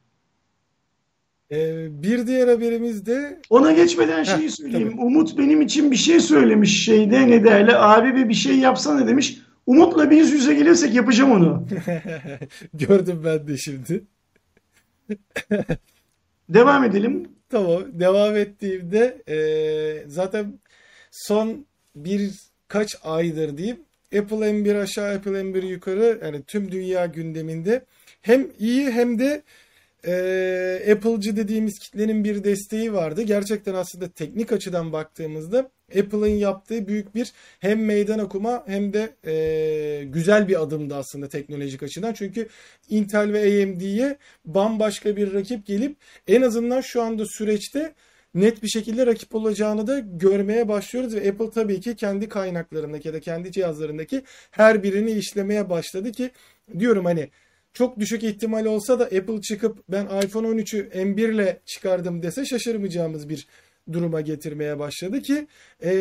Speaker 1: Ee, bir diğer haberimiz de...
Speaker 2: Ona geçmeden şeyi
Speaker 1: Heh,
Speaker 2: söyleyeyim.
Speaker 1: tabii.
Speaker 2: Umut benim için bir şey söylemiş şeyde, ne derler. Abi bir bir şey yapsana demiş. Umut'la bir yüz yüze gelirsek yapacağım onu.
Speaker 1: Gördüm ben de şimdi.
Speaker 2: Devam edelim.
Speaker 1: Tamam. Devam ettiğimde e, zaten son birkaç aydır diyeyim, Apple hem bir aşağı, Apple hem bir yukarı, yani tüm dünya gündeminde hem iyi hem de e, Apple'cı dediğimiz kitlenin bir desteği vardı. Gerçekten aslında teknik açıdan baktığımızda Apple'ın yaptığı büyük bir hem meydan okuma hem de e, güzel bir adımdı aslında teknolojik açıdan. Çünkü Intel ve A M D'ye bambaşka bir rakip gelip en azından şu anda süreçte net bir şekilde rakip olacağını da görmeye başlıyoruz ve Apple tabii ki kendi kaynaklarındaki ya da kendi cihazlarındaki her birini işlemeye başladı ki diyorum hani çok düşük ihtimal olsa da Apple çıkıp ben iPhone on üçü M bir ile çıkardım dese şaşırmayacağımız bir duruma getirmeye başladı ki e,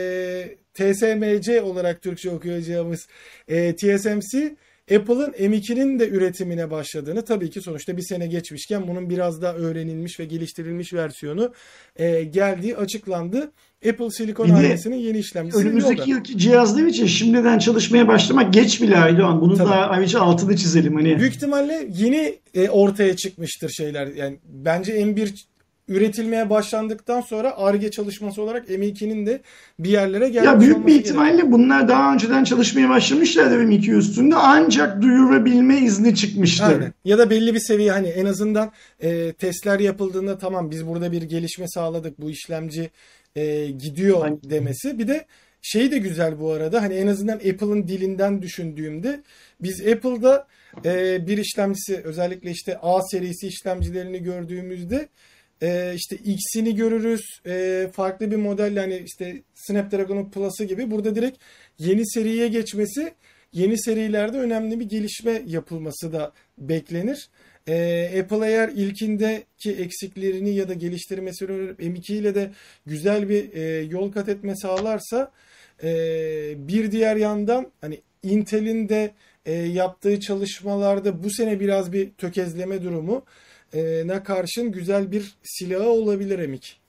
Speaker 1: T S M C olarak Türkçe okuyacağımız e, T S M C Apple'ın M ikinin de üretimine başladığını, tabii ki sonuçta bir sene geçmişken bunun biraz daha öğrenilmiş ve geliştirilmiş versiyonu e, geldiği açıklandı. Apple Silicon ailesinin yeni işlemcisi
Speaker 2: önümüzdeki
Speaker 1: yolda.
Speaker 2: yılki cihazlar için şimdiden çalışmaya başlamak geç bile Aydoğan. Bunun
Speaker 1: Tabii.
Speaker 2: da ayrıca altını çizelim. Hani.
Speaker 1: Büyük ihtimalle yeni e, ortaya çıkmıştır şeyler. Yani bence M bir üretilmeye başlandıktan sonra Ar-Ge çalışması olarak M ikinin de bir yerlere gelmiş
Speaker 2: ya büyük
Speaker 1: olması
Speaker 2: bir ihtimalle
Speaker 1: gerekiyor.
Speaker 2: bunlar daha önceden çalışmaya başlamışlardı M iki üstünde ancak duyurabilme izni çıkmıştır.
Speaker 1: Aynen. Ya da belli bir seviye hani en azından e, testler yapıldığında tamam biz burada bir gelişme sağladık, bu işlemci e, gidiyor
Speaker 2: Aynen.
Speaker 1: demesi. Bir de şey de güzel bu arada, hani en azından Apple'ın dilinden düşündüğümde biz Apple'da e, bir işlemcisi, özellikle işte A serisi işlemcilerini gördüğümüzde e, işte X'ini görürüz, e, farklı bir model yani işte Snapdragon Plus'ı gibi, burada direkt yeni seriye geçmesi, yeni serilerde önemli bir gelişme yapılması da beklenir. Ee, Apple eğer ilkindeki eksiklerini ya da geliştirmesini öğrenip M iki ile de güzel bir e, yol kat etme sağlarsa, e, bir diğer yandan hani Intel'in de e, yaptığı çalışmalarda bu sene biraz bir tökezleme durumu e, ne karşın güzel bir silahı olabilir M iki.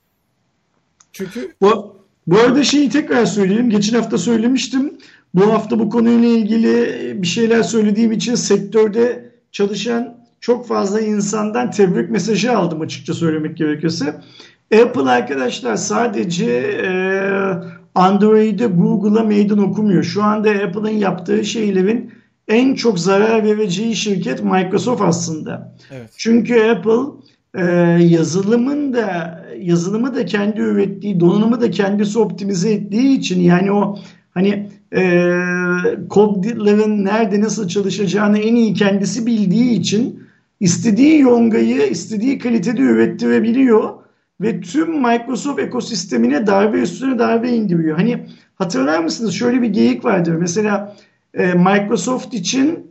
Speaker 1: Çünkü
Speaker 2: Bu, bu arada şeyi tekrar söyleyeyim. Geçen hafta söylemiştim. Bu hafta bu konuyla ilgili bir şeyler söylediğim için sektörde çalışan çok fazla insandan tebrik mesajı aldım açıkça söylemek gerekirse. Apple arkadaşlar sadece e, Android'e, Google'a meydan okumuyor. Şu anda Apple'ın yaptığı şeylerin en çok zarar vereceği şirket Microsoft aslında.
Speaker 1: evet.
Speaker 2: Çünkü Apple e, yazılımın da yazılımı da kendi ürettiği, donanımı da kendisi optimize ettiği için, yani o hani e, kodların nerede nasıl çalışacağını en iyi kendisi bildiği için istediği yongayı istediği kalitede ürettirebiliyor ve tüm Microsoft ekosistemine darbe üstüne darbe indiriyor. Hani hatırlar mısınız, şöyle bir geyik vardır. Mesela e, Microsoft için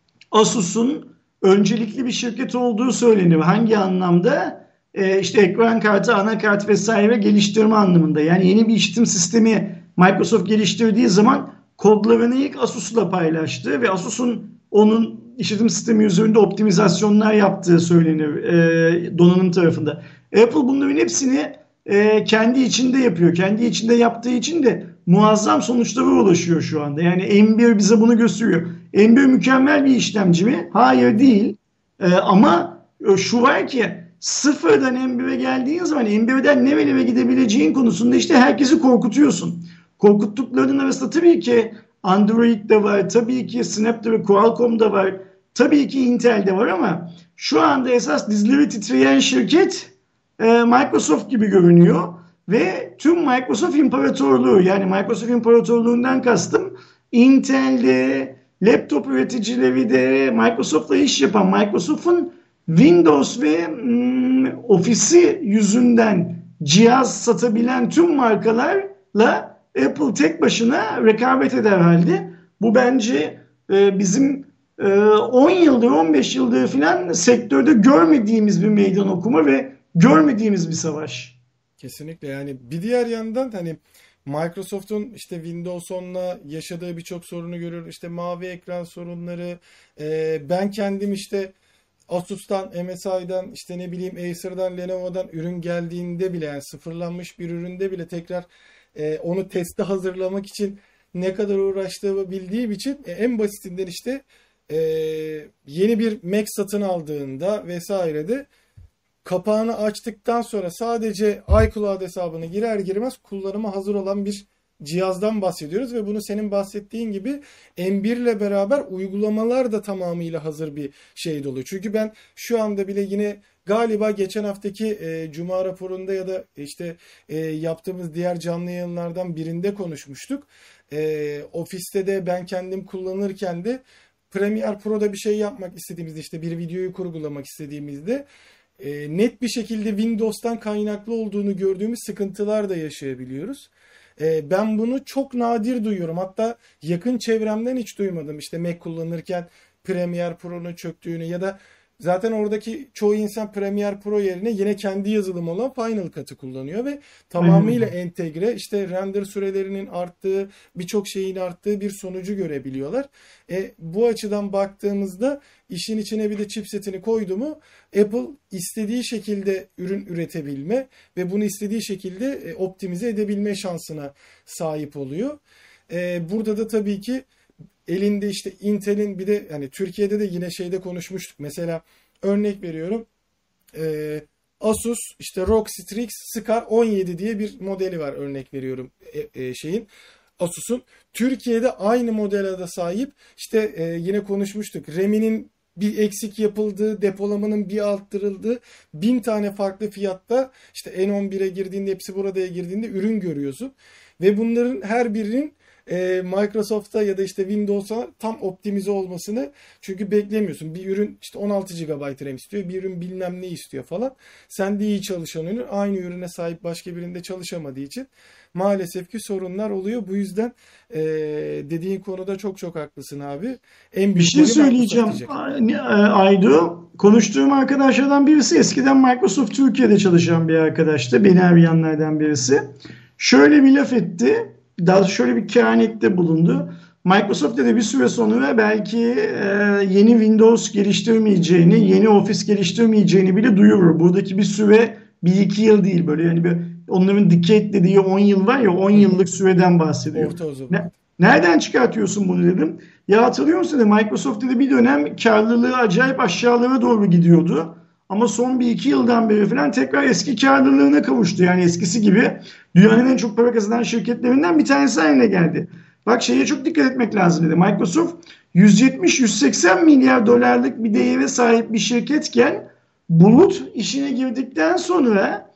Speaker 2: Asus'un öncelikli bir şirket olduğu söylenir. Hangi anlamda? E, işte ekran kartı, anakart vesaire geliştirme anlamında. Yani yeni bir işletim sistemi Microsoft geliştirdiği zaman kodlarını ilk Asus'la paylaştı ve Asus'un onun işletim sistemi üzerinde optimizasyonlar yaptığı söylenir e, donanım tarafında. Apple bunların hepsini e, kendi içinde yapıyor. Kendi içinde yaptığı için de muazzam sonuçlara ulaşıyor şu anda. Yani M bir bize bunu gösteriyor. M bir mükemmel bir işlemci mi? Hayır, değil. E, ama şu var ki sıfırdan M bire geldiğin zaman M birden nerelere gidebileceğin konusunda işte herkesi korkutuyorsun. Korkuttuklarının arasında tabii ki Android'de var, tabii ki Snapdragon, Qualcomm'da var, tabii ki Intel'de var ama şu anda esas dizleri titreyen şirket e, Microsoft gibi görünüyor ve tüm Microsoft imparatorluğu, yani Microsoft imparatorluğundan kastım Intel'de, laptop üreticileri de Microsoft'la iş yapan, Microsoft'un Windows ve mm, Office'i yüzünden cihaz satabilen tüm markalarla Apple tek başına rekabet eder halde. Bu bence e, bizim e, on yıldır, on beş yıldır falan sektörde görmediğimiz bir meydan okuma ve görmediğimiz bir savaş.
Speaker 1: Kesinlikle, yani bir diğer yandan hani Microsoft'un işte Windows onla yaşadığı birçok sorunu görüyoruz. İşte mavi ekran sorunları. Ee, ben kendim işte Asus'tan, M S I'dan, işte ne bileyim Acer'dan, Lenovo'dan ürün geldiğinde bile, yani sıfırlanmış bir üründe bile tekrar e, onu teste hazırlamak için ne kadar uğraştığımı bildiğim için e, en basitinden işte e, yeni bir Mac satın aldığında vesairede kapağını açtıktan sonra sadece iCloud hesabını girer girmez kullanıma hazır olan bir cihazdan bahsediyoruz ve bunu senin bahsettiğin gibi M bir ile beraber uygulamalar da tamamıyla hazır bir şey oluyor. Çünkü ben şu anda bile yine galiba geçen haftaki e, Cuma raporunda ya da işte e, yaptığımız diğer canlı yayınlardan birinde konuşmuştuk. E, ofiste de ben kendim kullanırken de Premiere Pro'da bir şey yapmak istediğimizde, işte bir videoyu kurgulamak istediğimizde e, net bir şekilde Windows'tan kaynaklı olduğunu gördüğümüz sıkıntılar da yaşayabiliyoruz. E, ben bunu çok nadir duyuyorum. Hatta yakın çevremden hiç duymadım. İşte Mac kullanırken Premiere Pro'nun çöktüğünü ya da zaten oradaki çoğu insan Premiere Pro yerine yine kendi yazılımı olan Final Cut'ı kullanıyor ve tamamıyla
Speaker 2: Aynen.
Speaker 1: entegre, işte render sürelerinin arttığı, birçok şeyin arttığı bir sonucu görebiliyorlar. E, bu açıdan baktığımızda işin içine bir de chipsetini koydu mu Apple istediği şekilde ürün üretebilme ve bunu istediği şekilde e, optimize edebilme şansına sahip oluyor. E, burada da tabii ki elinde işte Intel'in bir de hani Türkiye'de de yine şeyde konuşmuştuk. Mesela örnek veriyorum. E, Asus işte R O G Strix Scar on yedi diye bir modeli var, örnek veriyorum e, e, şeyin. Asus'un Türkiye'de aynı modele de sahip. İşte e, yine konuşmuştuk. RAM'inin bir eksik yapıldığı, depolamanın bir arttırıldığı bin tane farklı fiyatta işte N on bire girdiğinde, hepsi buradaya girdiğinde ürün görüyorsun. Ve bunların her birinin e, Microsoft'ta ya da işte Windows'a tam optimize olmasını çünkü beklemiyorsun. Bir ürün işte on altı gigabayt RAM istiyor, bir ürün bilmem ne istiyor falan. Sen de iyi çalışan ürün aynı ürüne sahip başka birinde çalışamadığı için maalesef ki sorunlar oluyor. Bu yüzden e, dediğin konuda çok çok haklısın abi. En
Speaker 2: Bir
Speaker 1: büyük
Speaker 2: şey
Speaker 1: golü
Speaker 2: söyleyeceğim
Speaker 1: Microsoft diyecek.
Speaker 2: Aydo. Konuştuğum arkadaşlardan birisi eskiden Microsoft Türkiye'de çalışan bir arkadaştı. Beni arayanlardan birisi. Şöyle bir laf etti. Daha şöyle bir kehanette bulundu. Microsoft dedi bir süre sonra belki e, yeni Windows geliştirmeyeceğini, yeni Office geliştirmeyeceğini bile duyurur. Buradaki bir süre bir iki yıl değil, böyle yani bir, onların decade dediği on yıl var ya, on yıllık süreden bahsediyor.
Speaker 1: Orta uzun.
Speaker 2: Ne, nereden çıkartıyorsun bunu dedim. Ya hatırlıyor musun dedi, Microsoft dedi bir dönem karlılığı acayip aşağılara doğru gidiyordu. Ama son bir iki yıldan beri falan tekrar eski karlılığına kavuştu. Yani eskisi gibi dünyanın en çok para kazanan şirketlerinden bir tanesi haline geldi. Bak şeye çok dikkat etmek lazım dedi. Microsoft yüz yetmiş yüz seksen milyar dolarlık bir değere sahip bir şirketken bulut işine girdikten sonra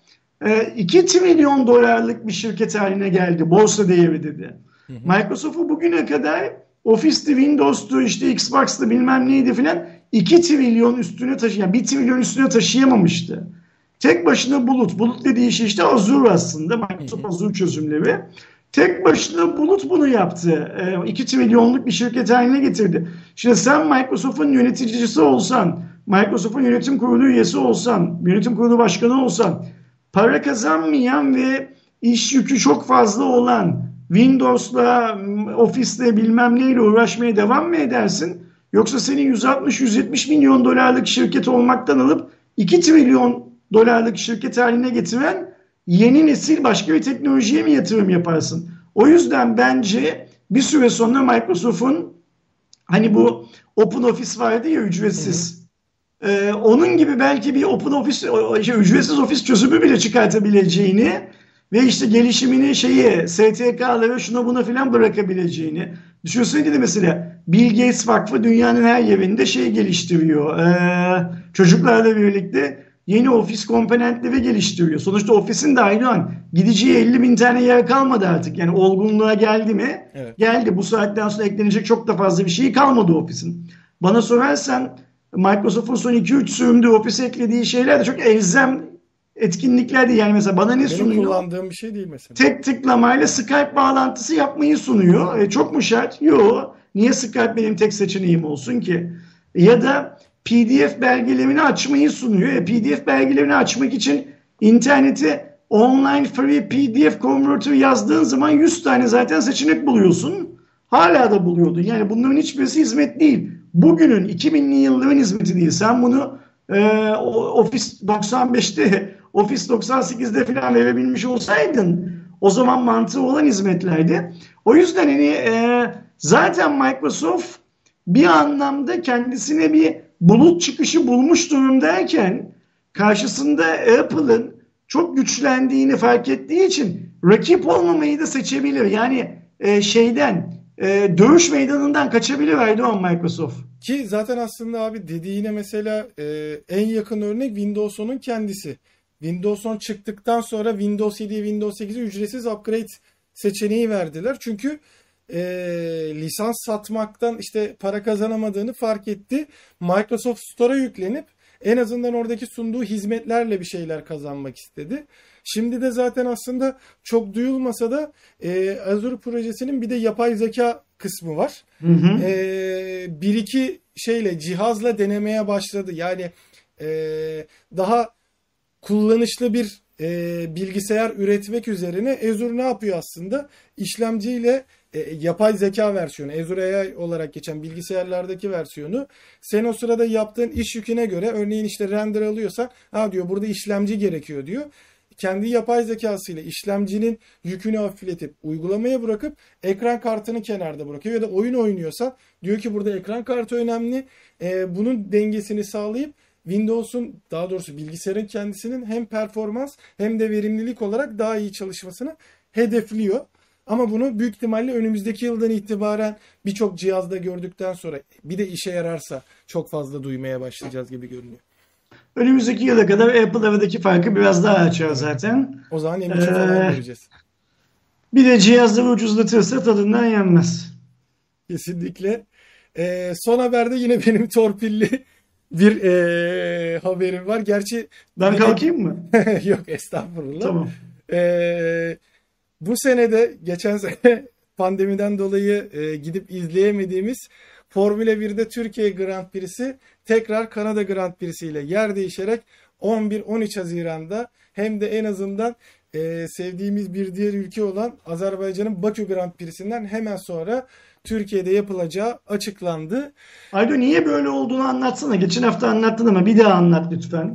Speaker 2: iki trilyon dolarlık bir şirket haline geldi. Borsa değeri dedi. Hı hı. Microsoft'u bugüne kadar Office'ti, Windows'tu, işte Xbox'tı bilmem neydi filan iki trilyon üstüne taşıyan, yani bir trilyon üstüne taşıyamamıştı. Tek başına bulut. Bulut dediği şey işte Azure aslında. Microsoft Azure çözümleri. Tek başına bulut bunu yaptı. iki trilyonluk bir şirket haline getirdi. Şimdi sen Microsoft'un yöneticisi olsan, Microsoft'un yönetim kurulu üyesi olsan, yönetim kurulu başkanı olsan, para kazanmayan ve iş yükü çok fazla olan Windows'la, Office'le bilmem neyle uğraşmaya devam mı edersin? Yoksa senin yüz altmış yüz yetmiş milyon dolarlık şirket olmaktan alıp iki trilyon dolarlık şirket haline getiren yeni nesil başka bir teknolojiye mi yatırım yaparsın? O yüzden bence bir süre sonra Microsoft'un hani bu Open Office vardı ya, ücretsiz. Hı hı. Ee, onun gibi belki bir Open Office, şey, ücretsiz ofis çözümü bile çıkartabileceğini ve işte gelişimini şeyi S T K'lara şuna buna filan bırakabileceğini. Düşünsene de mesela Bill Gates Vakfı dünyanın her yerinde şey geliştiriyor. Ee, çocuklarla birlikte yeni ofis komponentleri geliştiriyor. Sonuçta ofisin de aynı an gideceği elli bin tane yer kalmadı artık. Yani olgunluğa geldi mi? Evet. Geldi. Bu saatten sonra eklenecek çok da fazla bir şey kalmadı ofisin. Bana sorarsan Microsoft'un son iki üç sürümde ofise eklediği şeyler de çok elzem etkinlikler değil. Yani mesela bana ne Benim sunuyor?
Speaker 1: Benim kullandığım bir şey değil mesela.
Speaker 2: Tek tıklamayla Skype bağlantısı yapmayı sunuyor. E, çok mu şart? Yok. Niye Skype benim tek seçeneğim olsun ki? Ya da P D F belgelerini açmayı sunuyor. E, P D F belgelerini açmak için internete online free P D F converter yazdığın zaman yüz tane zaten seçenek buluyorsun. Hala da buluyordun. Yani bunların hiçbirisi hizmet değil. Bugünün iki binli yılların hizmeti değil. Sen bunu e, Office doksan beşte, Office doksan sekizde falan verebilmiş olsaydın o zaman mantığı olan hizmetlerdi. O yüzden hani e, zaten Microsoft bir anlamda kendisine bir bulut çıkışı bulmuş durumdayken karşısında Apple'ın çok güçlendiğini fark ettiği için rakip olmamayı da seçebilir. Yani e, şeyden e, dövüş meydanından kaçabilir Erdoğan Microsoft.
Speaker 1: Ki zaten aslında abi dediğine mesela e, en yakın örnek Windows on'un kendisi. Windows on çıktıktan sonra Windows yediye Windows sekize ücretsiz upgrade seçeneği verdiler. Çünkü e, lisans satmaktan işte para kazanamadığını fark etti. Microsoft Store'a yüklenip en azından oradaki sunduğu hizmetlerle bir şeyler kazanmak istedi. Şimdi de zaten aslında çok duyulmasa da e, Azure projesinin bir de yapay zeka kısmı var.
Speaker 2: Hı hı.
Speaker 1: E, bir iki şeyle cihazla denemeye başladı. Yani e, daha kullanışlı bir e, bilgisayar üretmek üzerine Azure ne yapıyor aslında? İşlemciyle e, yapay zeka versiyonu, Azure A I olarak geçen bilgisayarlardaki versiyonu sen o sırada yaptığın iş yüküne göre örneğin işte render alıyorsan ha diyor burada işlemci gerekiyor diyor. Kendi yapay zekasıyla işlemcinin yükünü hafifletip uygulamaya bırakıp ekran kartını kenarda bırakıyor. Ya da oyun oynuyorsa diyor ki burada ekran kartı önemli. E, bunun dengesini sağlayıp Windows'un daha doğrusu bilgisayarın kendisinin hem performans hem de verimlilik olarak daha iyi çalışmasını hedefliyor. Ama bunu büyük ihtimalle önümüzdeki yıldan itibaren birçok cihazda gördükten sonra bir de işe yararsa çok fazla duymaya başlayacağız gibi görünüyor.
Speaker 2: Önümüzdeki yıla kadar Apple aradaki farkı biraz daha açar zaten.
Speaker 1: O zaman M iki falan
Speaker 2: Ee,
Speaker 1: göreceğiz.
Speaker 2: Bir de cihazları ucuzlatırsa tadından yenmez.
Speaker 1: Kesinlikle. Ee, son haberde yine benim torpilli bir ee, haberim var. Gerçi
Speaker 2: Ben
Speaker 1: yine...
Speaker 2: kalkayım mı?
Speaker 1: Yok estağfurullah.
Speaker 2: Tamam.
Speaker 1: Ee, bu senede geçen sene pandemiden dolayı e, gidip izleyemediğimiz Formula birde Türkiye Grand Prix'si tekrar Kanada Grand Prix'si ile yer değişerek on bir on üç Haziran'da hem de en azından e, sevdiğimiz bir diğer ülke olan Azerbaycan'ın Bakü Grand Prix'sinden hemen sonra Türkiye'de yapılacağı açıklandı.
Speaker 2: Aydo niye böyle olduğunu anlatsana. Geçen hafta anlattın ama bir daha anlat lütfen.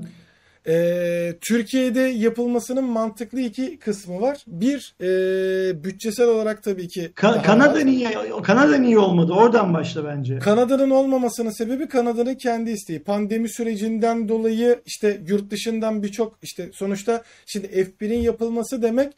Speaker 1: Ee, Türkiye'de yapılmasının mantıklı iki kısmı var. Bir, e, bütçesel olarak tabii ki
Speaker 2: Ka- Kanada niye Kanada niye olmadı? Oradan başla bence.
Speaker 1: Kanada'nın olmamasının sebebi Kanada'nın kendi isteği. Pandemi sürecinden dolayı işte yurt dışından birçok işte sonuçta şimdi F bir'in yapılması demek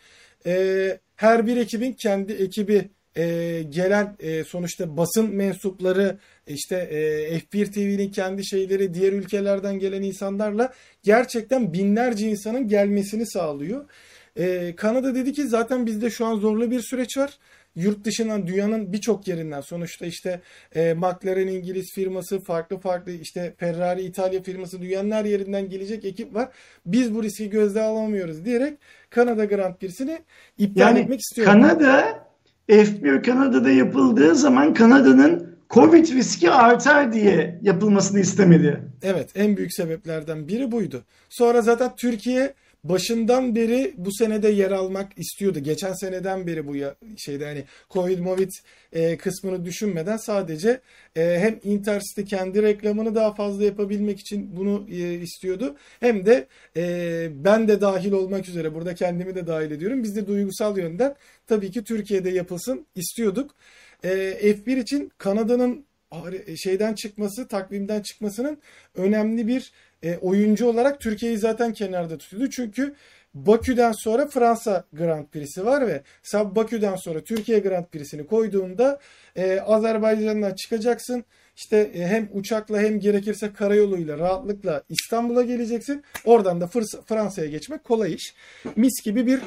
Speaker 1: e, her bir ekibin kendi ekibi e, gelen e, sonuçta basın mensupları işte e, F bir T V'nin kendi şeyleri diğer ülkelerden gelen insanlarla gerçekten binlerce insanın gelmesini sağlıyor. E, Kanada dedi ki zaten bizde şu an zorlu bir süreç var. Yurt dışından dünyanın birçok yerinden sonuçta işte e, McLaren İngiliz firması farklı farklı işte Ferrari İtalya firması dünyanın her yerinden gelecek ekip var. Biz bu riski gözde alamıyoruz diyerek Kanada Grand Prix'sini iptal
Speaker 2: Yani
Speaker 1: etmek istiyor.
Speaker 2: Kanada F bir Kanada'da yapıldığı zaman Kanada'nın Covid riski artar diye yapılmasını istemedi.
Speaker 1: Evet, en büyük sebeplerden biri buydu. Sonra zaten Türkiye başından beri bu senede yer almak istiyordu. Geçen seneden beri bu ya, şeyde hani Covid Movid e, kısmını düşünmeden sadece e, hem Intercity kendi reklamını daha fazla yapabilmek için bunu e, istiyordu. Hem de e, ben de dahil olmak üzere burada kendimi de dahil ediyorum. Biz de duygusal yönden tabii ki Türkiye'de yapılsın istiyorduk. E, F bir için Kanada'nın şeyden çıkması, takvimden çıkmasının önemli bir e, oyuncu olarak Türkiye'yi zaten kenarda tutuyordu. Çünkü Bakü'den sonra Fransa Grand Prix'si var ve sen Bakü'den sonra Türkiye Grand Prix'sini koyduğunda e, Azerbaycan'dan çıkacaksın. İşte e, hem uçakla hem gerekirse karayoluyla rahatlıkla İstanbul'a geleceksin. Oradan da Fransa'ya geçmek kolay iş. Mis gibi bir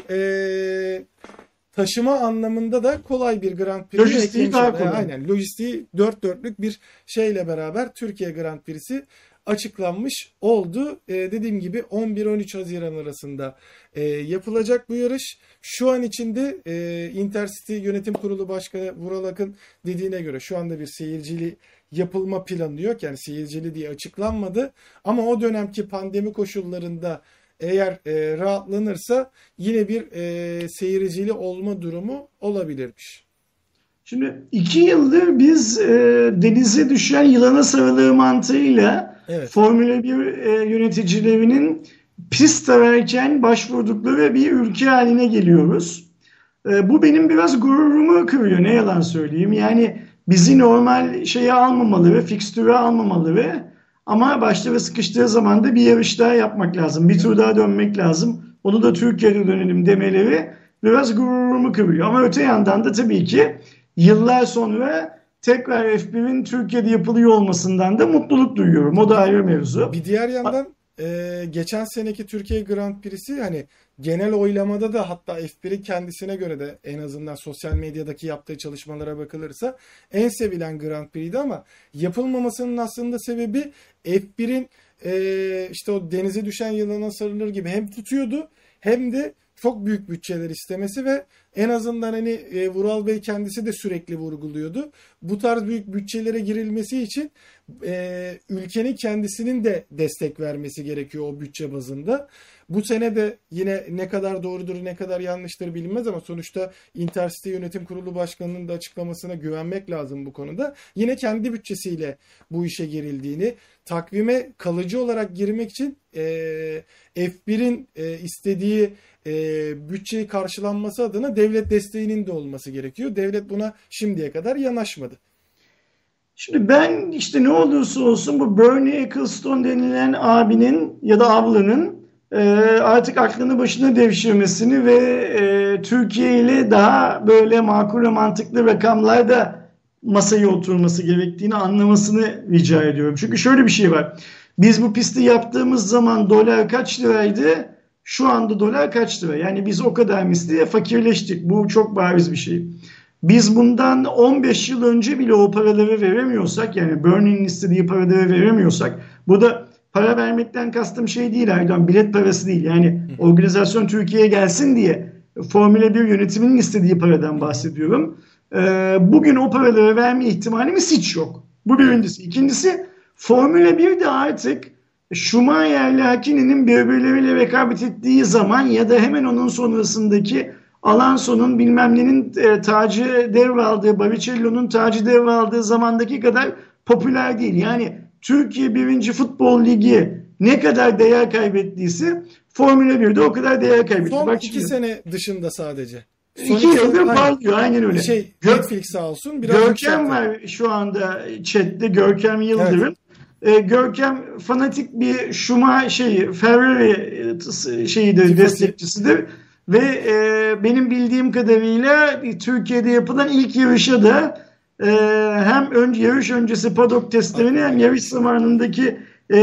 Speaker 1: e, taşıma anlamında da kolay bir Grand Prix.
Speaker 2: Lojistiği daha kolay.
Speaker 1: Aynen. Lojistiği dört dörtlük bir şeyle beraber Türkiye Grand Prix'si açıklanmış oldu. Ee, dediğim gibi on bir on üç Haziran arasında e, yapılacak bu yarış. Şu an içinde e, Intercity Yönetim Kurulu Başkanı Vural Akın dediğine göre şu anda bir seyircili yapılma planı yok. Yani seyircili diye açıklanmadı. Ama o dönemki pandemi koşullarında eğer e, rahatlanırsa yine bir e, seyircili olma durumu olabilirmiş.
Speaker 2: Şimdi iki yıldır biz e, denize düşen yılana sarılır mantığıyla evet. Formula bir e, yöneticilerinin pist ararken başvurdukları bir ülke haline geliyoruz. E, bu benim biraz gururumu kırıyor, ne yalan söyleyeyim. Yani bizi normal şeye almamaları, fikstüre almamaları ama başları sıkıştığı zaman da bir yarış daha yapmak lazım. Bir tur daha dönmek lazım. onu da Türkiye'de dönelim demeleri biraz gururumu kırıyor. Ama öte yandan da tabii ki yıllar sonra tekrar F bir'in Türkiye'de yapılıyor olmasından da mutluluk duyuyorum. O da ayrı mevzu.
Speaker 1: Bir diğer yandan e, geçen seneki Türkiye Grand Prix'si hani genel oylamada da, hatta F bir'in kendisine göre de en azından sosyal medyadaki yaptığı çalışmalara bakılırsa en sevilen Grand Prix'di, ama yapılmamasının aslında sebebi F bir'in e, işte o denize düşen yılana sarılır gibi hem tutuyordu hem de çok büyük bütçeler istemesi ve en azından hani e, Vural Bey kendisi de sürekli vurguluyordu. Bu tarz büyük bütçelere girilmesi için e, ülkenin kendisinin de destek vermesi gerekiyor o bütçe bazında. Bu sene de yine ne kadar doğrudur ne kadar yanlıştır bilinmez, ama sonuçta Intercity Yönetim Kurulu Başkanı'nın da açıklamasına güvenmek lazım bu konuda. Yine kendi bütçesiyle bu işe girildiğini, takvime kalıcı olarak girmek için e, F bir'in e, istediği e, bütçeyi karşılanması adına devlet desteğinin de olması gerekiyor. Devlet buna şimdiye kadar yanaşmadı.
Speaker 2: Şimdi ben işte ne olursa olsun bu Bernie Ecclestone denilen abinin ya da ablanın e, artık aklını başına devşirmesini ve e, Türkiye ile daha böyle makul ve mantıklı rakamlarda masaya oturması gerektiğini anlamasını rica ediyorum. Çünkü şöyle bir şey var. Biz bu pisti yaptığımız zaman dolar kaç liraydı? Şu anda dolar kaç lira? Yani biz o kadar misli fakirleştik. Bu çok bariz bir şey. Biz bundan on beş yıl önce bile o paraları veremiyorsak, yani Bernie'nin istediği paraları veremiyorsak, bu da para vermekten kastım şey değil Erdoğan, bilet parası değil. Yani organizasyon Türkiye'ye gelsin diye Formula bir yönetiminin istediği paradan bahsediyorum. Ee, bugün o paraları verme ihtimalimiz hiç yok. Bu birincisi. İkincisi, Formula bir de artık Schumacher'le Hakkini'nin birbirleriyle rekabet ettiği zaman ya da hemen onun sonrasındaki Alonso'nun bilmem nenin e, tacı devraldığı, Barrichello'nun tacı devraldığı zamandaki kadar popüler değil. Yani Türkiye birinci Futbol Ligi ne kadar değer kaybettiyse Formula birde o kadar değer kaybetti.
Speaker 1: Son
Speaker 2: Bak
Speaker 1: iki
Speaker 2: şimdi,
Speaker 1: sene dışında sadece. Son
Speaker 2: iki yıldır parlıyor, aynen öyle.
Speaker 1: Şey,
Speaker 2: Gör,
Speaker 1: Netflix sağ olsun. Biraz
Speaker 2: Görkem var şu anda chatte, Görkem Yıldırım. Evet. Ee, Görkem fanatik bir Schumacher şeyi, Ferrari şeyi de destekçisidir. Ve e, benim bildiğim kadarıyla Türkiye'de yapılan ilk yarışa da e, hem önce yarış öncesi paddock testlerini hem yarış zamanındaki e,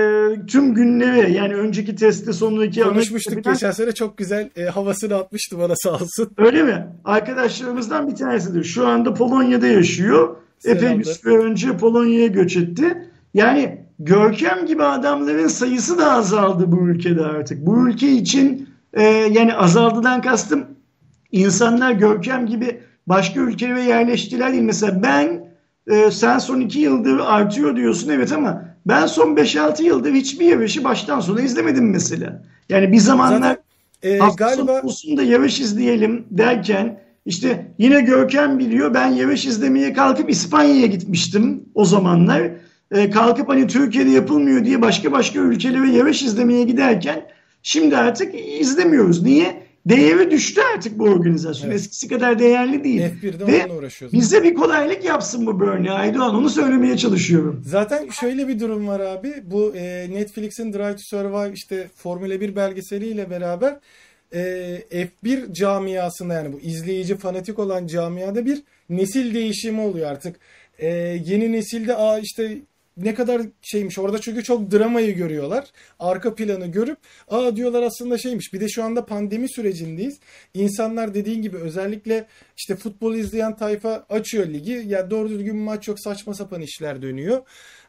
Speaker 2: tüm günleri, yani önceki testi sonraki
Speaker 1: konuşmuştuk anı... geçen sene, çok güzel e, havasını atmıştı bana sağ olsun.
Speaker 2: Öyle mi? Arkadaşlarımızdan bir tanesidir. Şu anda Polonya'da yaşıyor.
Speaker 1: Selamlar.
Speaker 2: Epey bir süre önce Polonya'ya göç etti. Yani Görkem gibi adamların sayısı da azaldı bu ülkede artık. Bu ülke için Ee, yani azaldıdan kastım insanlar Görkem gibi başka ülkelere yerleştiler değil. Mesela ben e, sen son iki yıldır artıyor diyorsun, evet, ama ben son beş altı yıldır hiçbir yarışı baştan sona izlemedim mesela. Yani bir zamanlar
Speaker 1: Zaten, e,
Speaker 2: hafta
Speaker 1: galiba...
Speaker 2: sonu olsun da yarış izleyelim derken işte yine Görkem biliyor, ben yarış izlemeye kalkıp İspanya'ya gitmiştim o zamanlar. E, kalkıp hani Türkiye'de yapılmıyor diye başka başka ülkelere yarış izlemeye giderken şimdi artık izlemiyoruz. Niye? Değeri düştü artık bu organizasyon. Evet. Eskisi kadar değerli değil.
Speaker 1: F bir'de
Speaker 2: Ve
Speaker 1: onunla uğraşıyoruz.
Speaker 2: bize bir kolaylık yapsın bu Bernie Aydoğan. Onu söylemeye çalışıyorum.
Speaker 1: Zaten şöyle bir durum var abi. Bu e, Netflix'in Drive to Survive işte Formula bir belgeseliyle beraber e, F bir camiasında, yani bu izleyici fanatik olan camiada bir nesil değişimi oluyor artık. E, yeni nesilde aa işte ne kadar şeymiş orada, çünkü çok dramayı görüyorlar. Arka planı görüp aa diyorlar aslında şeymiş. Bir de şu anda pandemi sürecindeyiz. İnsanlar dediğin gibi özellikle işte futbol izleyen tayfa açıyor ligi. Ya yani doğru düzgün maç yok, saçma sapan işler dönüyor.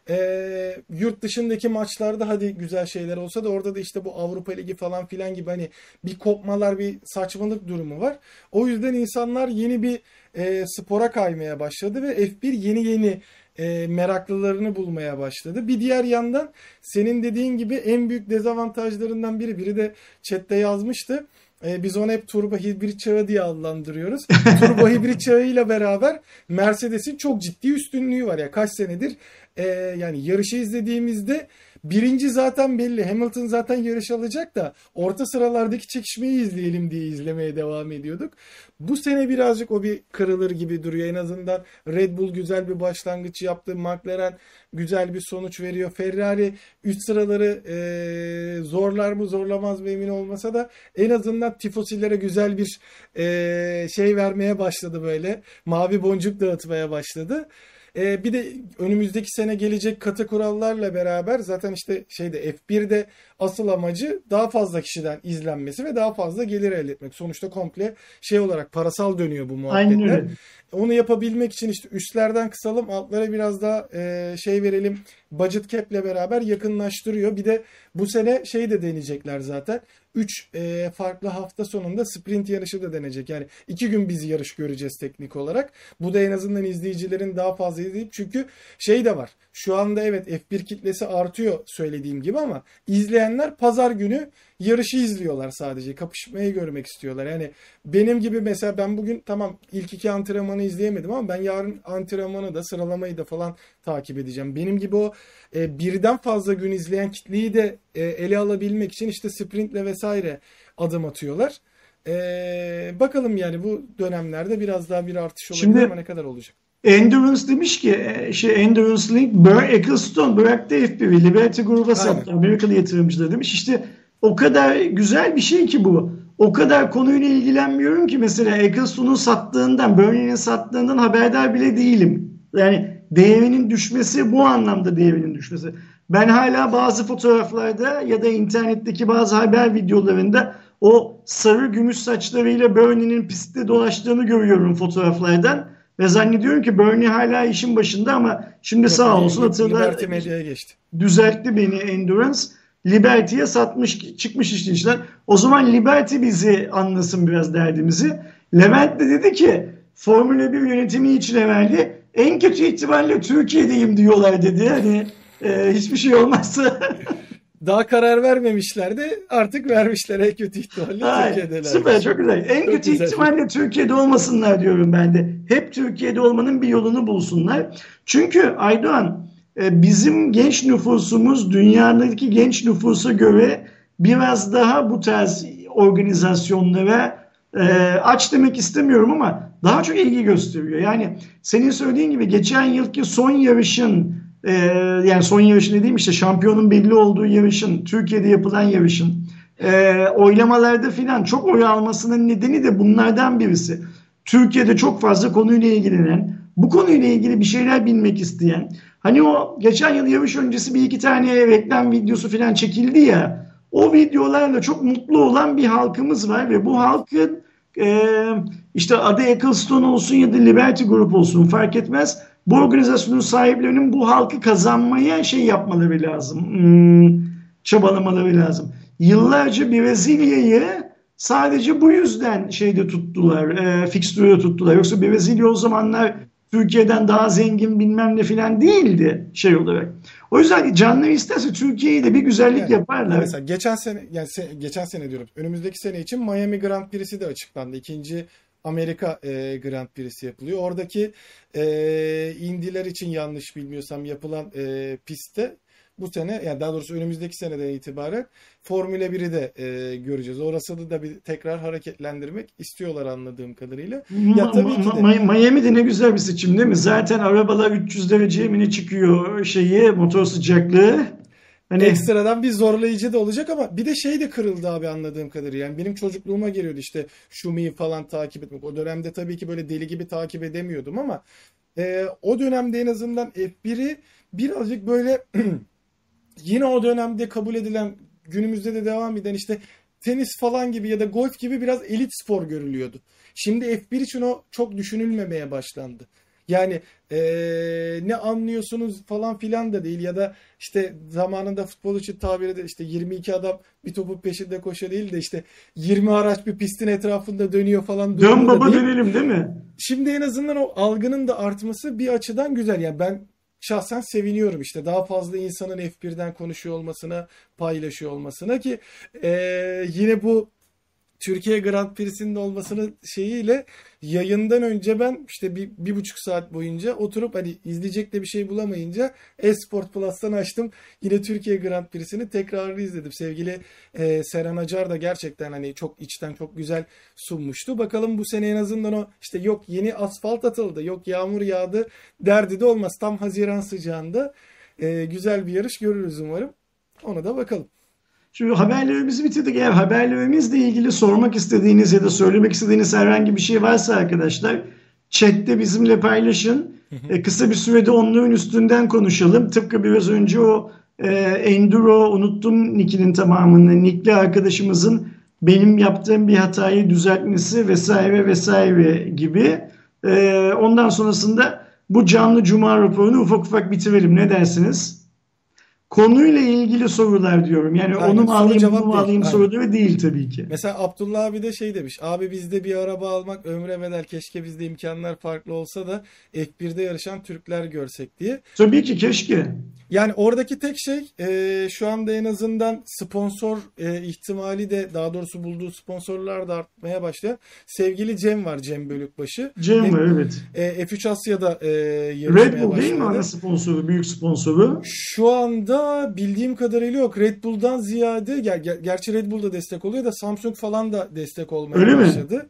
Speaker 1: Ee, yurt dışındaki maçlarda hadi güzel şeyler olsa da orada da işte bu Avrupa Ligi falan filan gibi hani bir kopmalar, bir saçmalık durumu var. O yüzden insanlar yeni bir e, spora kaymaya başladı ve F bir yeni yeni E, meraklılarını bulmaya başladı. Bir diğer yandan senin dediğin gibi en büyük dezavantajlarından biri, biri de chatte yazmıştı. E, biz onu hep turbo hibrit çağı diye adlandırıyoruz. Turbo hibrit çağıyla beraber Mercedes'in çok ciddi üstünlüğü var ya, kaç senedir e, yani yarışı izlediğimizde Birinci zaten belli. Hamilton zaten yarış alacak da orta sıralardaki çekişmeyi izleyelim diye izlemeye devam ediyorduk. Bu sene birazcık o bir kırılır gibi duruyor. En azından Red Bull güzel bir başlangıç yaptı. McLaren güzel bir sonuç veriyor. Ferrari üst sıraları e, zorlar mı zorlamaz mı emin olmasa da en azından tifosilere güzel bir e, şey vermeye başladı böyle. Mavi boncuk dağıtmaya başladı. Ee, bir de önümüzdeki sene gelecek katı kurallarla beraber zaten işte şeyde F bir'de asıl amacı daha fazla kişiden izlenmesi ve daha fazla gelir elde etmek. Sonuçta komple şey olarak parasal dönüyor bu
Speaker 2: Aynen
Speaker 1: muhabbetler.
Speaker 2: öyle.
Speaker 1: Onu yapabilmek için işte üstlerden kısalım, altlara biraz daha e, şey verelim. Budget cap'le beraber yakınlaştırıyor. Bir de bu sene şey de deneyecekler zaten. üç e, farklı hafta sonunda sprint yarışı da denecek. Yani iki gün biz yarış göreceğiz teknik olarak. Bu da en azından izleyicilerin daha fazla izleyip çünkü şey de var. Şu anda evet F bir kitlesi artıyor söylediğim gibi ama izleyenler pazar günü yarışı izliyorlar sadece. Kapışmayı görmek istiyorlar. Yani benim gibi mesela ben bugün tamam ilk iki antrenmanı izleyemedim ama ben yarın antrenmanı da sıralamayı da falan takip edeceğim. Benim gibi o e, birden fazla gün izleyen kitleyi de e, ele alabilmek için işte sprintle vesaire adım atıyorlar. E, bakalım yani bu dönemlerde biraz daha bir artış olabilir
Speaker 2: Şimdi
Speaker 1: ama ne kadar olacak?
Speaker 2: Endurance demiş ki e, şey Endurance Link Burr Ecclestone bıraktı F bir'i Liberty gruba sattı. Amerikalı yatırımcılar demiş. İşte o kadar güzel bir şey ki bu. O kadar konuyla ilgilenmiyorum ki mesela Ecclestone'un sattığından, Bernie'nin sattığından haberdar bile değilim. Yani değerinin düşmesi bu anlamda değerinin düşmesi. Ben hala bazı fotoğraflarda ya da internetteki bazı haber videolarında o sarı gümüş saçlarıyla Bernie'nin pistte dolaştığını görüyorum fotoğraflardan. Ve zannediyorum ki Bernie hala işin başında ama şimdi
Speaker 1: Yok,
Speaker 2: sağ olsun hatırlar.
Speaker 1: Liberty Media'ya geçti.
Speaker 2: Düzeltti beni Endurance. Liberty'ye satmış çıkmış işte işler. O zaman Liberty bizi anlasın biraz derdimizi. Levent de dedi ki Formula bir yönetimi için evveldi. En kötü ihtimalle Türkiye'deyim diyorlar dedi. Hani e, hiçbir şey olmazsa.
Speaker 1: Daha karar vermemişlerdi. Artık vermişler en kötü ihtimalle Türkiye'deler.
Speaker 2: Süper çok güzel. En çok kötü güzel. ihtimalle Türkiye'de olmasınlar diyorum ben de. Hep Türkiye'de olmanın bir yolunu bulsunlar. Çünkü Aydoğan bizim genç nüfusumuz dünyadaki genç nüfusa göre biraz daha bu tarz organizasyonlara e, aç demek istemiyorum ama daha çok ilgi gösteriyor. Yani senin söylediğin gibi geçen yılki son yarışın e, yani son yarışın dediğim işte şampiyonun belli olduğu yarışın Türkiye'de yapılan yarışın e, oylamalarda filan çok oy almasının nedeni de bunlardan birisi. Türkiye'de çok fazla konuyla ilgilenen, bu konuyla ilgili bir şeyler bilmek isteyen, hani o geçen yıl yarış öncesi bir iki tane reklam videosu falan çekildi ya, o videolarla çok mutlu olan bir halkımız var ve bu halkın e, işte adı Ecclestone olsun ya da Liberty Group olsun fark etmez. Bu organizasyonun sahiplerinin bu halkı kazanmaya şey yapmaları lazım, hmm, çabalamaları lazım. Yıllarca Brezilya'yı sadece bu yüzden şeyde tuttular, e, fikstürde tuttular. Yoksa Brezilya o zamanlar Türkiye'den daha zengin bilmem ne filan değildi şey olarak. O yüzden canları isterse Türkiye'yi de bir güzellik yani, yaparlar.
Speaker 1: Mesela geçen sene yani se, geçen sene diyorum. Önümüzdeki sene için Miami Grand Prix'si de açıklandı. İkinci Amerika e, Grand Prix'si yapılıyor. Oradaki e, indiler için yanlış bilmiyorsam yapılan e, pistte bu sene yani daha doğrusu önümüzdeki seneden itibaren Formula biri de e, göreceğiz. Orası da bir tekrar hareketlendirmek istiyorlar anladığım kadarıyla.
Speaker 2: Ya tabii ki de. Miami'de ne güzel bir seçim değil mi? Zaten arabalar üç yüz dereceye mi çıkıyor şeyi motor sıcaklığı.
Speaker 1: Hani ekstradan bir zorlayıcı da olacak ama bir de şey de kırıldı abi anladığım kadarıyla. Yani benim çocukluğuma geliyordu işte Şumi'yi falan takip etmek. O dönemde tabii ki böyle deli gibi takip edemiyordum ama e, o dönemde en azından F bir'i birazcık böyle yine o dönemde kabul edilen günümüzde de devam eden işte tenis falan gibi ya da golf gibi biraz elit spor görülüyordu. Şimdi F bir için o çok düşünülmemeye başlandı. Yani ee, ne anlıyorsunuz falan filan da değil ya da işte zamanında futbol için tabir edilen işte yirmi iki adam bir topun peşinde koşuyor değil de işte yirmi araç bir pistin etrafında dönüyor falan.
Speaker 2: Dön baba dönelim değil mi?
Speaker 1: Şimdi en azından o algının da artması bir açıdan güzel. Yani ben şahsen seviniyorum işte daha fazla insanın F birden konuşuyor olmasına, paylaşıyor olmasına ki e, yine bu Türkiye Grand Prix'sinin olmasının şeyiyle yayından önce ben işte bir, bir buçuk saat boyunca oturup hani izleyecek de bir şey bulamayınca Esport Plus'tan açtım. Yine Türkiye Grand Prix'sini tekrarını izledim. Sevgili e, Seren Acar da gerçekten hani çok içten çok güzel sunmuştu. Bakalım bu sene en azından o işte yok yeni asfalt atıldı, yok yağmur yağdı derdi de olmaz. Tam Haziran sıcağında e, güzel bir yarış görürüz umarım. Ona da bakalım.
Speaker 2: Şu haberlerimizi bitirdik. Eğer haberlerimizle ilgili sormak istediğiniz ya da söylemek istediğiniz herhangi bir şey varsa arkadaşlar chatte bizimle paylaşın. E, kısa bir sürede onların üstünden konuşalım. Tıpkı biraz önce o e, Enduro unuttum nickinin tamamını. Nickli arkadaşımızın benim yaptığım bir hatayı düzeltmesi vesaire vesaire gibi. E, ondan sonrasında bu canlı cuma raporunu ufak ufak bitirelim. Ne dersiniz? Konuyla ilgili sorular diyorum. Yani
Speaker 1: Aynen,
Speaker 2: onu mu
Speaker 1: soru
Speaker 2: alayım,
Speaker 1: cevap
Speaker 2: bunu mu
Speaker 1: değil.
Speaker 2: alayım
Speaker 1: Aynen.
Speaker 2: soruları değil tabii ki.
Speaker 1: Mesela Abdullah abi de şey demiş. Abi bizde bir araba almak ömre bedel. Keşke bizde imkanlar farklı olsa da F bir'de yarışan Türkler görsek diye.
Speaker 2: Tabii ki keşke.
Speaker 1: Yani oradaki tek şey e, şu anda en azından sponsor e, ihtimali de daha doğrusu bulduğu sponsorlar da artmaya başlıyor. Sevgili Cem var, Cem Bölükbaşı.
Speaker 2: Cem var evet.
Speaker 1: E, F üç Asya'da e, yarışmaya
Speaker 2: Red Bull değil mi
Speaker 1: başladı.
Speaker 2: ana sponsoru, büyük sponsoru?
Speaker 1: Şu anda bildiğim kadarıyla yok. Red Bull'dan ziyade ger- ger- gerçi Red Bull da destek oluyor da Samsung falan da destek olmaya
Speaker 2: Öyle mi?
Speaker 1: başladı.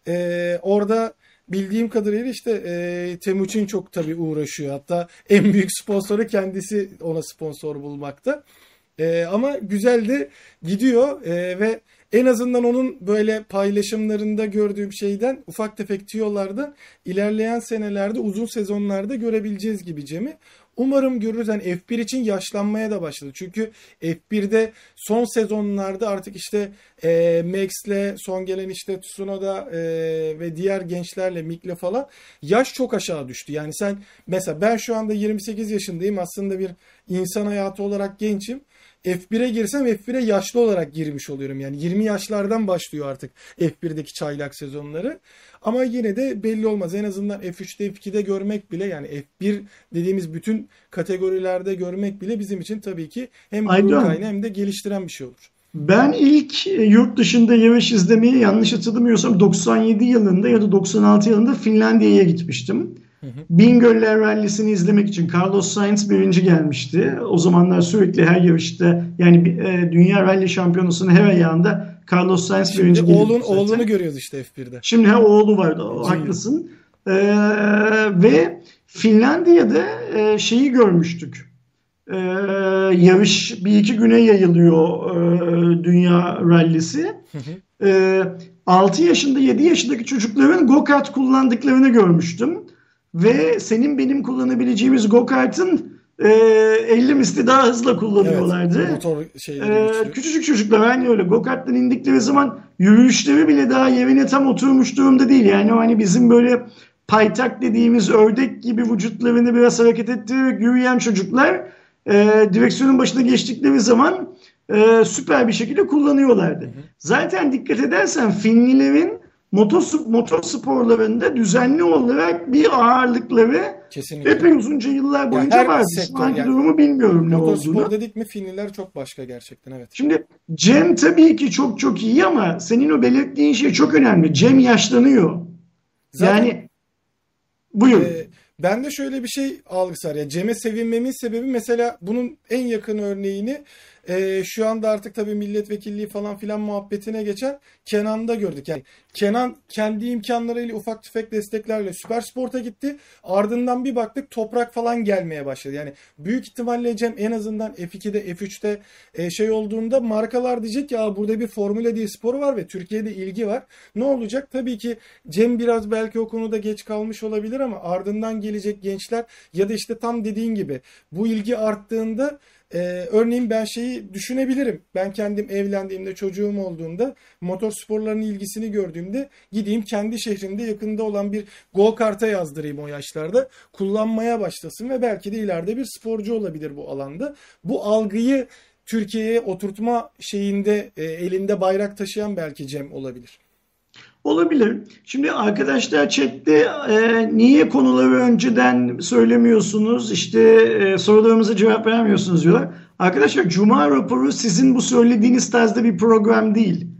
Speaker 1: E, orada bildiğim kadarıyla işte e, Temuçin çok tabii uğraşıyor. Hatta en büyük sponsoru kendisi ona sponsor bulmakta. E, ama güzel de gidiyor e, ve en azından onun böyle paylaşımlarında gördüğüm şeyden ufak tefek tüyolardan ilerleyen senelerde uzun sezonlarda görebileceğiz gibi Cem'i. Umarım görürüz. Yani F bir için yaşlanmaya da başladı. Çünkü F bir'de son sezonlarda artık işte e, Max'le son gelen işte Tsunoda e, ve diğer gençlerle Mick'le falan yaş çok aşağı düştü. Yani sen mesela ben şu anda yirmi sekiz yaşındayım. Aslında bir insan hayatı olarak gençim. F bir'e girsem F bir'e yaşlı olarak girmiş oluyorum. Yani yirmi yaşlardan başlıyor artık F bir'deki çaylak sezonları. Ama yine de belli olmaz. En azından F üç'te F iki'de görmek bile yani F bir dediğimiz bütün kategorilerde görmek bile bizim için tabii ki hem gurur
Speaker 2: Aynen.
Speaker 1: kaynağı hem de geliştiren bir şey olur.
Speaker 2: Ben ilk e, yurt dışında yarış izlemeyi yanlış hatırlamıyorsam doksan yedi yılında ya da doksan altı yılında Finlandiya'ya gitmiştim.
Speaker 1: Hı hı.
Speaker 2: Bingöller Rallisi'ni izlemek için Carlos Sainz birinci gelmişti. O zamanlar sürekli her yarışta yani bir, e, Dünya Rally Şampiyonası'nın her ayağında Carlos Sainz
Speaker 1: Şimdi
Speaker 2: birinci geliyordu
Speaker 1: oğlun,
Speaker 2: zaten.
Speaker 1: oğlunu görüyoruz işte F bir'de.
Speaker 2: Şimdi ha, oğlu vardı. O,
Speaker 1: Junior.
Speaker 2: haklısın. Ee, ve Finlandiya'da e, şeyi görmüştük. Ee, yarış bir iki güne yayılıyor e, Dünya Rallisi.
Speaker 1: Hı hı.
Speaker 2: Ee, altı yaşında yedi yaşındaki çocukların go-kart kullandıklarını görmüştüm. Ve senin benim kullanabileceğimiz go-kartın e, elli misli daha hızlı kullanıyorlardı.
Speaker 1: Evet, motor şeyleri
Speaker 2: Ee,
Speaker 1: güçlü.
Speaker 2: küçücük çocuklar aynı öyle go-karttan indikleri zaman yürüyüşleri bile daha yerine tam oturmuş durumda değil. Yani o hani bizim böyle paytak dediğimiz ördek gibi vücutlarını biraz hareket ettirerek yürüyen çocuklar e, direksiyonun başına geçtikleri zaman e, süper bir şekilde kullanıyorlardı.
Speaker 1: Hı hı.
Speaker 2: Zaten dikkat edersen Finlilerin motor, motor sporlarında düzenli olarak bir ağırlıkları
Speaker 1: Kesinlikle.
Speaker 2: epey uzunca yıllar boyunca
Speaker 1: her
Speaker 2: vardı.
Speaker 1: sektör
Speaker 2: Şu anki
Speaker 1: yani.
Speaker 2: durumu bilmiyorum ne
Speaker 1: Motorspor
Speaker 2: olduğunu.
Speaker 1: dedik mi Finliler çok başka gerçekten evet.
Speaker 2: Şimdi Cem tabii ki çok çok iyi ama senin o belirttiğin şey çok önemli. Cem yaşlanıyor.
Speaker 1: Zaten
Speaker 2: Yani buyur.
Speaker 1: Ee, ben de şöyle bir şey algısı var. Ya Cem'e sevinmemin sebebi mesela bunun en yakın örneğini e, şu anda artık tabii milletvekilliği falan filan muhabbetine geçen Kenan'da gördük. Yani Kenan kendi imkanlarıyla ufak tefek desteklerle Süpersport'a gitti. Ardından bir baktık toprak falan gelmeye başladı. Yani büyük ihtimalle Cem en azından F iki'de F üç'te e, şey olduğunda markalar diyecek ya burada bir Formula diye sporu var ve Türkiye'de ilgi var. Ne olacak? Tabii ki Cem biraz belki o konuda geç kalmış olabilir ama ardından gelecek gençler ya da işte tam dediğin gibi bu ilgi arttığında e, örneğin ben şeyi düşünebilirim. Ben kendim evlendiğimde çocuğum olduğunda motor sporlarının ilgisini gördüğümde gideyim kendi şehrimde yakında olan bir go-kart'a yazdırayım o yaşlarda. Kullanmaya başlasın ve belki de ileride bir sporcu olabilir bu alanda. Bu algıyı Türkiye'ye oturtma şeyinde e, elinde bayrak taşıyan belki Cem olabilir.
Speaker 2: Olabilir. Şimdi arkadaşlar chatte e, niye konuları önceden söylemiyorsunuz, işte e, sorularımıza cevap vermiyorsunuz diyorlar. Arkadaşlar Cuma raporu sizin bu söylediğiniz tarzda bir program değil.
Speaker 1: Hı hı.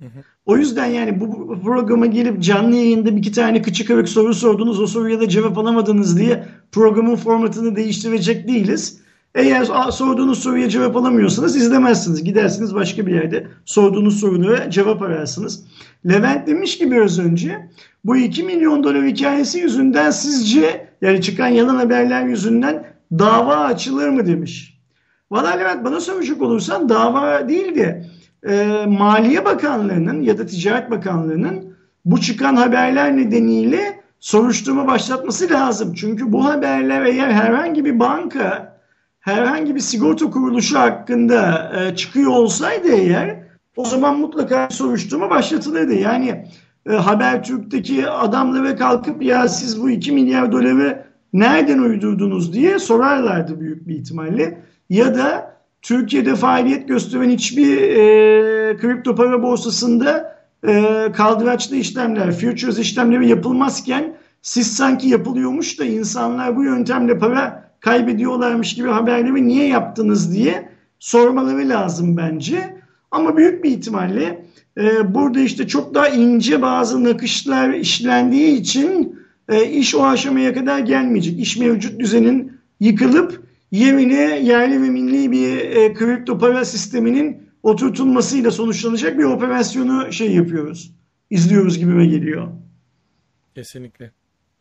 Speaker 1: hı.
Speaker 2: O yüzden yani bu programa gelip canlı yayında bir iki tane kıçı kırık soru sordunuz, o soruya da cevap alamadınız diye programın formatını değiştirecek değiliz. Eğer sorduğunuz soruya cevap alamıyorsanız izlemezsiniz. Gidersiniz başka bir yerde sorduğunuz sorulara cevap ararsınız. Levent demiş ki biraz önce, bu iki milyon dolar hikayesi yüzünden sizce, yani çıkan yalan haberler yüzünden dava açılır mı demiş. Valla Levent, bana soracak olursan dava değil de e, Maliye Bakanlığı'nın ya da Ticaret Bakanlığı'nın bu çıkan haberler nedeniyle soruşturma başlatması lazım. Çünkü bu haberler eğer herhangi bir banka, herhangi bir sigorta kuruluşu hakkında e, çıkıyor olsaydı eğer, o zaman mutlaka soruşturma başlatılırdı. Yani e, Habertürk'teki adamlara kalkıp ya siz bu iki milyar doları nereden uydurdunuz diye sorarlardı büyük bir ihtimalle. Ya da Türkiye'de faaliyet gösteren hiçbir e, kripto para borsasında e, kaldıraçlı işlemler, futures işlemleri yapılmazken siz sanki yapılıyormuş da insanlar bu yöntemle para kaybediyorlarmış gibi haberleri niye yaptınız diye sormaları lazım bence. Ama büyük bir ihtimalle e, burada işte çok daha ince bazı nakışlar işlendiği için e, iş o aşamaya kadar gelmeyecek. İş mevcut düzenin yıkılıp yerine yerli ve milli bir e, kripto para sisteminin oturtulmasıyla sonuçlanacak bir operasyonu şey yapıyoruz. İzliyoruz gibime geliyor.
Speaker 1: Kesinlikle.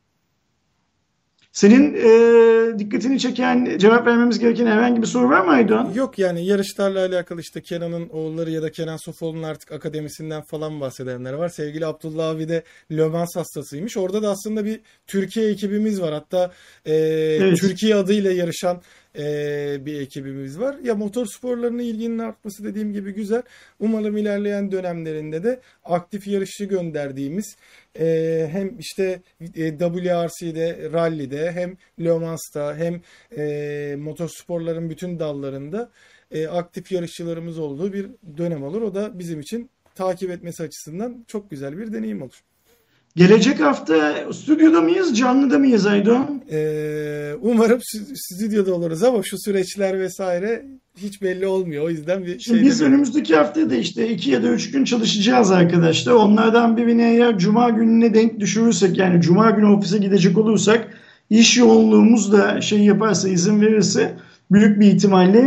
Speaker 2: Senin e, dikkatini çeken, cevap vermemiz gereken herhangi bir soru var mı Aydoğan?
Speaker 1: Yok, yani yarışlarla alakalı işte Kenan'ın oğulları ya da Kenan Sofoğlu'nun artık akademisinden falan bahsedenler var. Sevgili Abdullah abi de Le Mans hastasıymış. Orada da aslında bir Türkiye ekibimiz var. Hatta e,
Speaker 2: Evet.
Speaker 1: Türkiye adıyla yarışan e, bir ekibimiz var. Ya motor sporlarına ilginin artması dediğim gibi güzel. Umarım ilerleyen dönemlerinde de aktif yarışçı gönderdiğimiz e, hem işte e, W R C'de, rally'de, hem Le Mans'ta, hem e, motorsporların bütün dallarında e, aktif yarışçılarımız olduğu bir dönem olur. O da bizim için takip etmesi açısından çok güzel bir deneyim olur.
Speaker 2: Gelecek hafta stüdyoda mıyız, canlıda mıyız Aydoğan?
Speaker 1: E, umarım stüdyoda oluruz ama şu süreçler vesaire hiç belli olmuyor. O yüzden bir
Speaker 2: Şimdi
Speaker 1: şey
Speaker 2: biz
Speaker 1: demiyorum.
Speaker 2: önümüzdeki hafta da işte iki ya da üç gün çalışacağız arkadaşlar. Onlardan birini eğer cuma gününe denk düşürürsek, yani cuma günü ofise gidecek olursak, iş yoğunluğumuz da şey yaparsa, izin verirse, büyük bir ihtimalle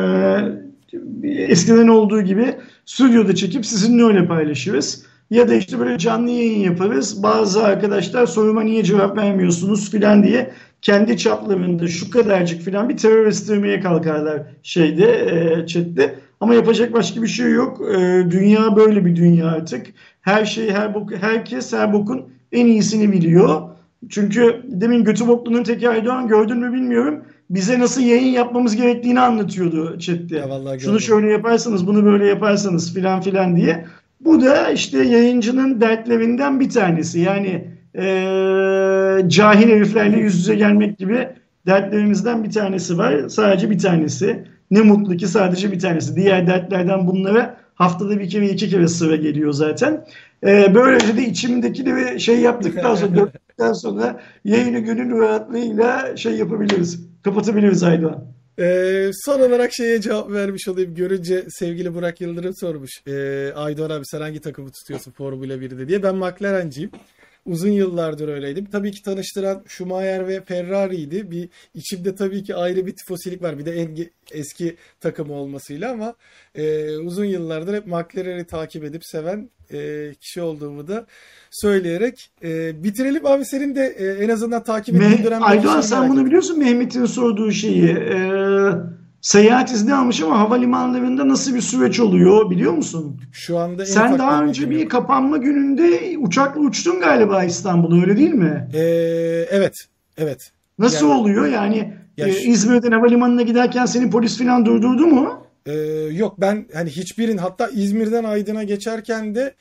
Speaker 2: e, eskiden olduğu gibi stüdyoda çekip sizinle öyle paylaşırız. Ya da işte böyle canlı yayın yaparız. Bazı arkadaşlar soruma niye cevap vermiyorsunuz filan diye kendi çaplarında şu kadarcık filan bir terör estirmeye kalkarlar şeyde, e, chatte. Ama yapacak başka bir şey yok. E, dünya böyle bir dünya artık. Her şey, her bok, herkes her bokun en iyisini biliyor. Çünkü demin Götü Boklu'nun teki Aydoğan, gördün mü bilmiyorum, bize nasıl yayın yapmamız gerektiğini anlatıyordu chatte.
Speaker 1: Ya vallahi
Speaker 2: Şunu
Speaker 1: gördüm.
Speaker 2: şöyle yaparsanız, bunu böyle yaparsanız filan filan diye. Bu da işte yayıncının dertlerinden bir tanesi. Yani eee, cahil heriflerle yüz yüze gelmek gibi dertlerimizden bir tanesi var. Sadece bir tanesi. Ne mutlu ki sadece bir tanesi. Diğer dertlerden bunlara haftada bir kere iki kere sıra geliyor zaten. Eee, böylece de içimdekileri şey yaptıktan sonra, döktükten sonra yayını gönül rahatlığıyla şey yapabiliriz. Kapatabiliriz Aydoğan.
Speaker 1: Ee, son olarak şeye cevap vermiş olayım. Görünce sevgili Burak Yıldırım sormuş. Ee, Aydoğan abi sen hangi takımı tutuyorsun Formula birde diye. Ben McLaren'ciyim. Uzun yıllardır öyleydim. Tabii ki tanıştıran Schumacher ve Ferrari'ydi. Bir içimde tabii ki ayrı bir tifosilik var. Bir de en ge- eski takımı olmasıyla ama e, uzun yıllardır hep McLaren'i takip edip seven e, kişi olduğumu da söyleyerek e, bitirelim. Abi senin de e, en azından takip ettiğin
Speaker 2: Me
Speaker 1: dönemdeki
Speaker 2: Aydoğan,
Speaker 1: şeyi
Speaker 2: sen
Speaker 1: merak
Speaker 2: bunu
Speaker 1: ettim.
Speaker 2: biliyorsun, Mehmet'in sorduğu şeyi. Ee, seyahat izni almış ama havalimanlarında nasıl bir süreç oluyor biliyor musun?
Speaker 1: Şu anda en
Speaker 2: Sen
Speaker 1: ufak
Speaker 2: daha
Speaker 1: bir
Speaker 2: önce
Speaker 1: bilgim
Speaker 2: bir
Speaker 1: yok.
Speaker 2: kapanma gününde uçakla uçtun galiba İstanbul'a, öyle değil mi?
Speaker 1: Ee, evet, evet.
Speaker 2: Nasıl
Speaker 1: Yani
Speaker 2: oluyor? Yani
Speaker 1: ya
Speaker 2: e,
Speaker 1: ş-
Speaker 2: İzmir'den havalimanına giderken seni polis falan durdurdu mu?
Speaker 1: e, yok ben hani hiçbirin, hatta İzmir'den Aydın'a geçerken de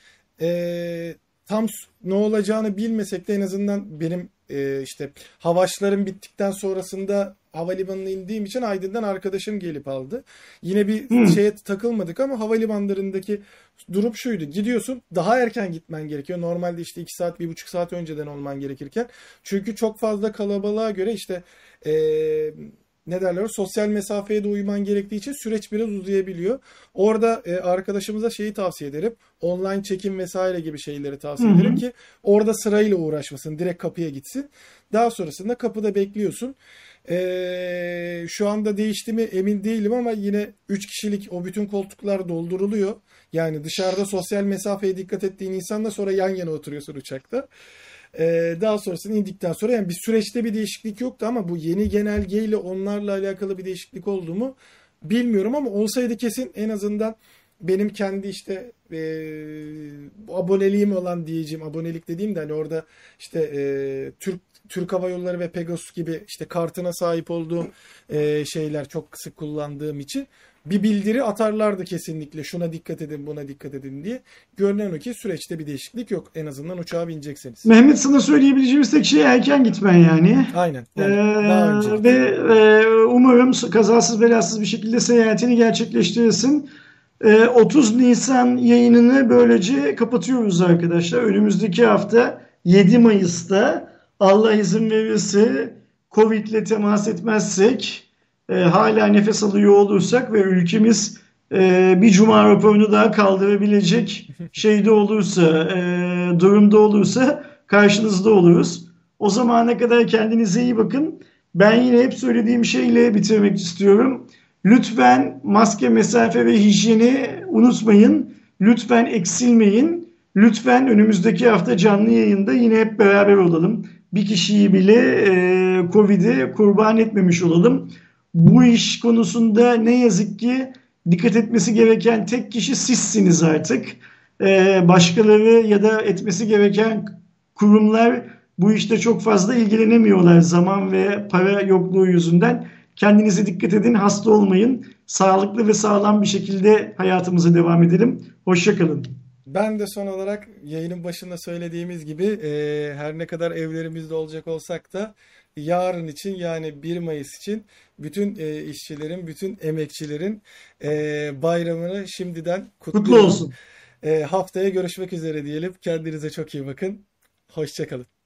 Speaker 1: e, tam s- ne olacağını bilmesek de en azından benim e, işte havaşlarım bittikten sonrasında havalimanına indiğim için Aydın'dan arkadaşım gelip aldı. Yine bir
Speaker 2: Hı.
Speaker 1: şeye takılmadık ama havalimanlarındaki durum şuydu. Gidiyorsun, daha erken gitmen gerekiyor. Normalde işte iki saat, bir buçuk saat önceden olman gerekirken. Çünkü çok fazla kalabalığa göre işte e, ne derler, sosyal mesafeye de uyman gerektiği için süreç biraz uzayabiliyor. Orada e, arkadaşımıza şeyi tavsiye ederim. Online çekim vesaire gibi şeyleri tavsiye
Speaker 2: Hı hı.
Speaker 1: ederim ki orada sırayla uğraşmasın. Direkt kapıya gitsin. Daha sonrasında kapıda bekliyorsun. E, şu anda değişti mi emin değilim ama yine üç kişilik o bütün koltuklar dolduruluyor. Yani dışarıda sosyal mesafeye dikkat ettiğin insanla sonra yan yana oturuyorsun uçakta. Ee, daha sonrasında indikten sonra yani bir süreçte bir değişiklik yoktu ama bu yeni genelgeyle onlarla alakalı bir değişiklik oldu mu bilmiyorum ama olsaydı kesin en azından benim kendi işte e, aboneliğim olan diyeceğim, abonelik dediğim de hani orada işte e, Türk Türk Hava Yolları ve Pegasus gibi işte kartına sahip olduğum e, şeyler çok sık kullandığım için bir bildiri atarlardı kesinlikle. Şuna dikkat edin, buna dikkat edin diye. Görünen o ki süreçte bir değişiklik yok. En azından uçağa binecekseniz.
Speaker 2: Mehmet, sana söyleyebileceğimiz tek şey erken gitmen yani.
Speaker 1: Aynen.
Speaker 2: Ee,
Speaker 1: Yani daha önce git.
Speaker 2: ve e, umarım kazasız belasız bir şekilde seyahatini gerçekleştirirsin. Ee, otuz Nisan yayınını böylece kapatıyoruz arkadaşlar. Önümüzdeki hafta yedi Mayıs'ta Allah izin verirse Covid ile temas etmezsek, e, hala nefes alıyor olursak ve ülkemiz e, bir cuma raporunu daha kaldırabilecek şeyde olursa, e, durumda olursa karşınızda oluruz. O zamana kadar kendinize iyi bakın. Ben yine hep söylediğim şeyle bitirmek istiyorum. Lütfen maske, mesafe ve hijyeni unutmayın. Lütfen eksilmeyin. Lütfen önümüzdeki hafta canlı yayında yine hep beraber olalım. Bir kişiyi bile e, Covid'e kurban etmemiş olalım. Bu iş konusunda ne yazık ki dikkat etmesi gereken tek kişi sizsiniz artık. E, başkaları ya da etmesi gereken kurumlar bu işte çok fazla ilgilenemiyorlar zaman ve para yokluğu yüzünden. Kendinize dikkat edin, hasta olmayın. Sağlıklı ve sağlam bir şekilde hayatımıza devam edelim. Hoşça kalın.
Speaker 1: Ben de son olarak yayının başında söylediğimiz gibi e, her ne kadar evlerimizde olacak olsak da yarın için yani bir Mayıs için bütün e, işçilerin, bütün emekçilerin e, bayramını şimdiden
Speaker 2: Kutlu
Speaker 1: kutluyorum.
Speaker 2: olsun.
Speaker 1: E, haftaya görüşmek üzere diyelim. Kendinize çok iyi bakın. Hoşça kalın.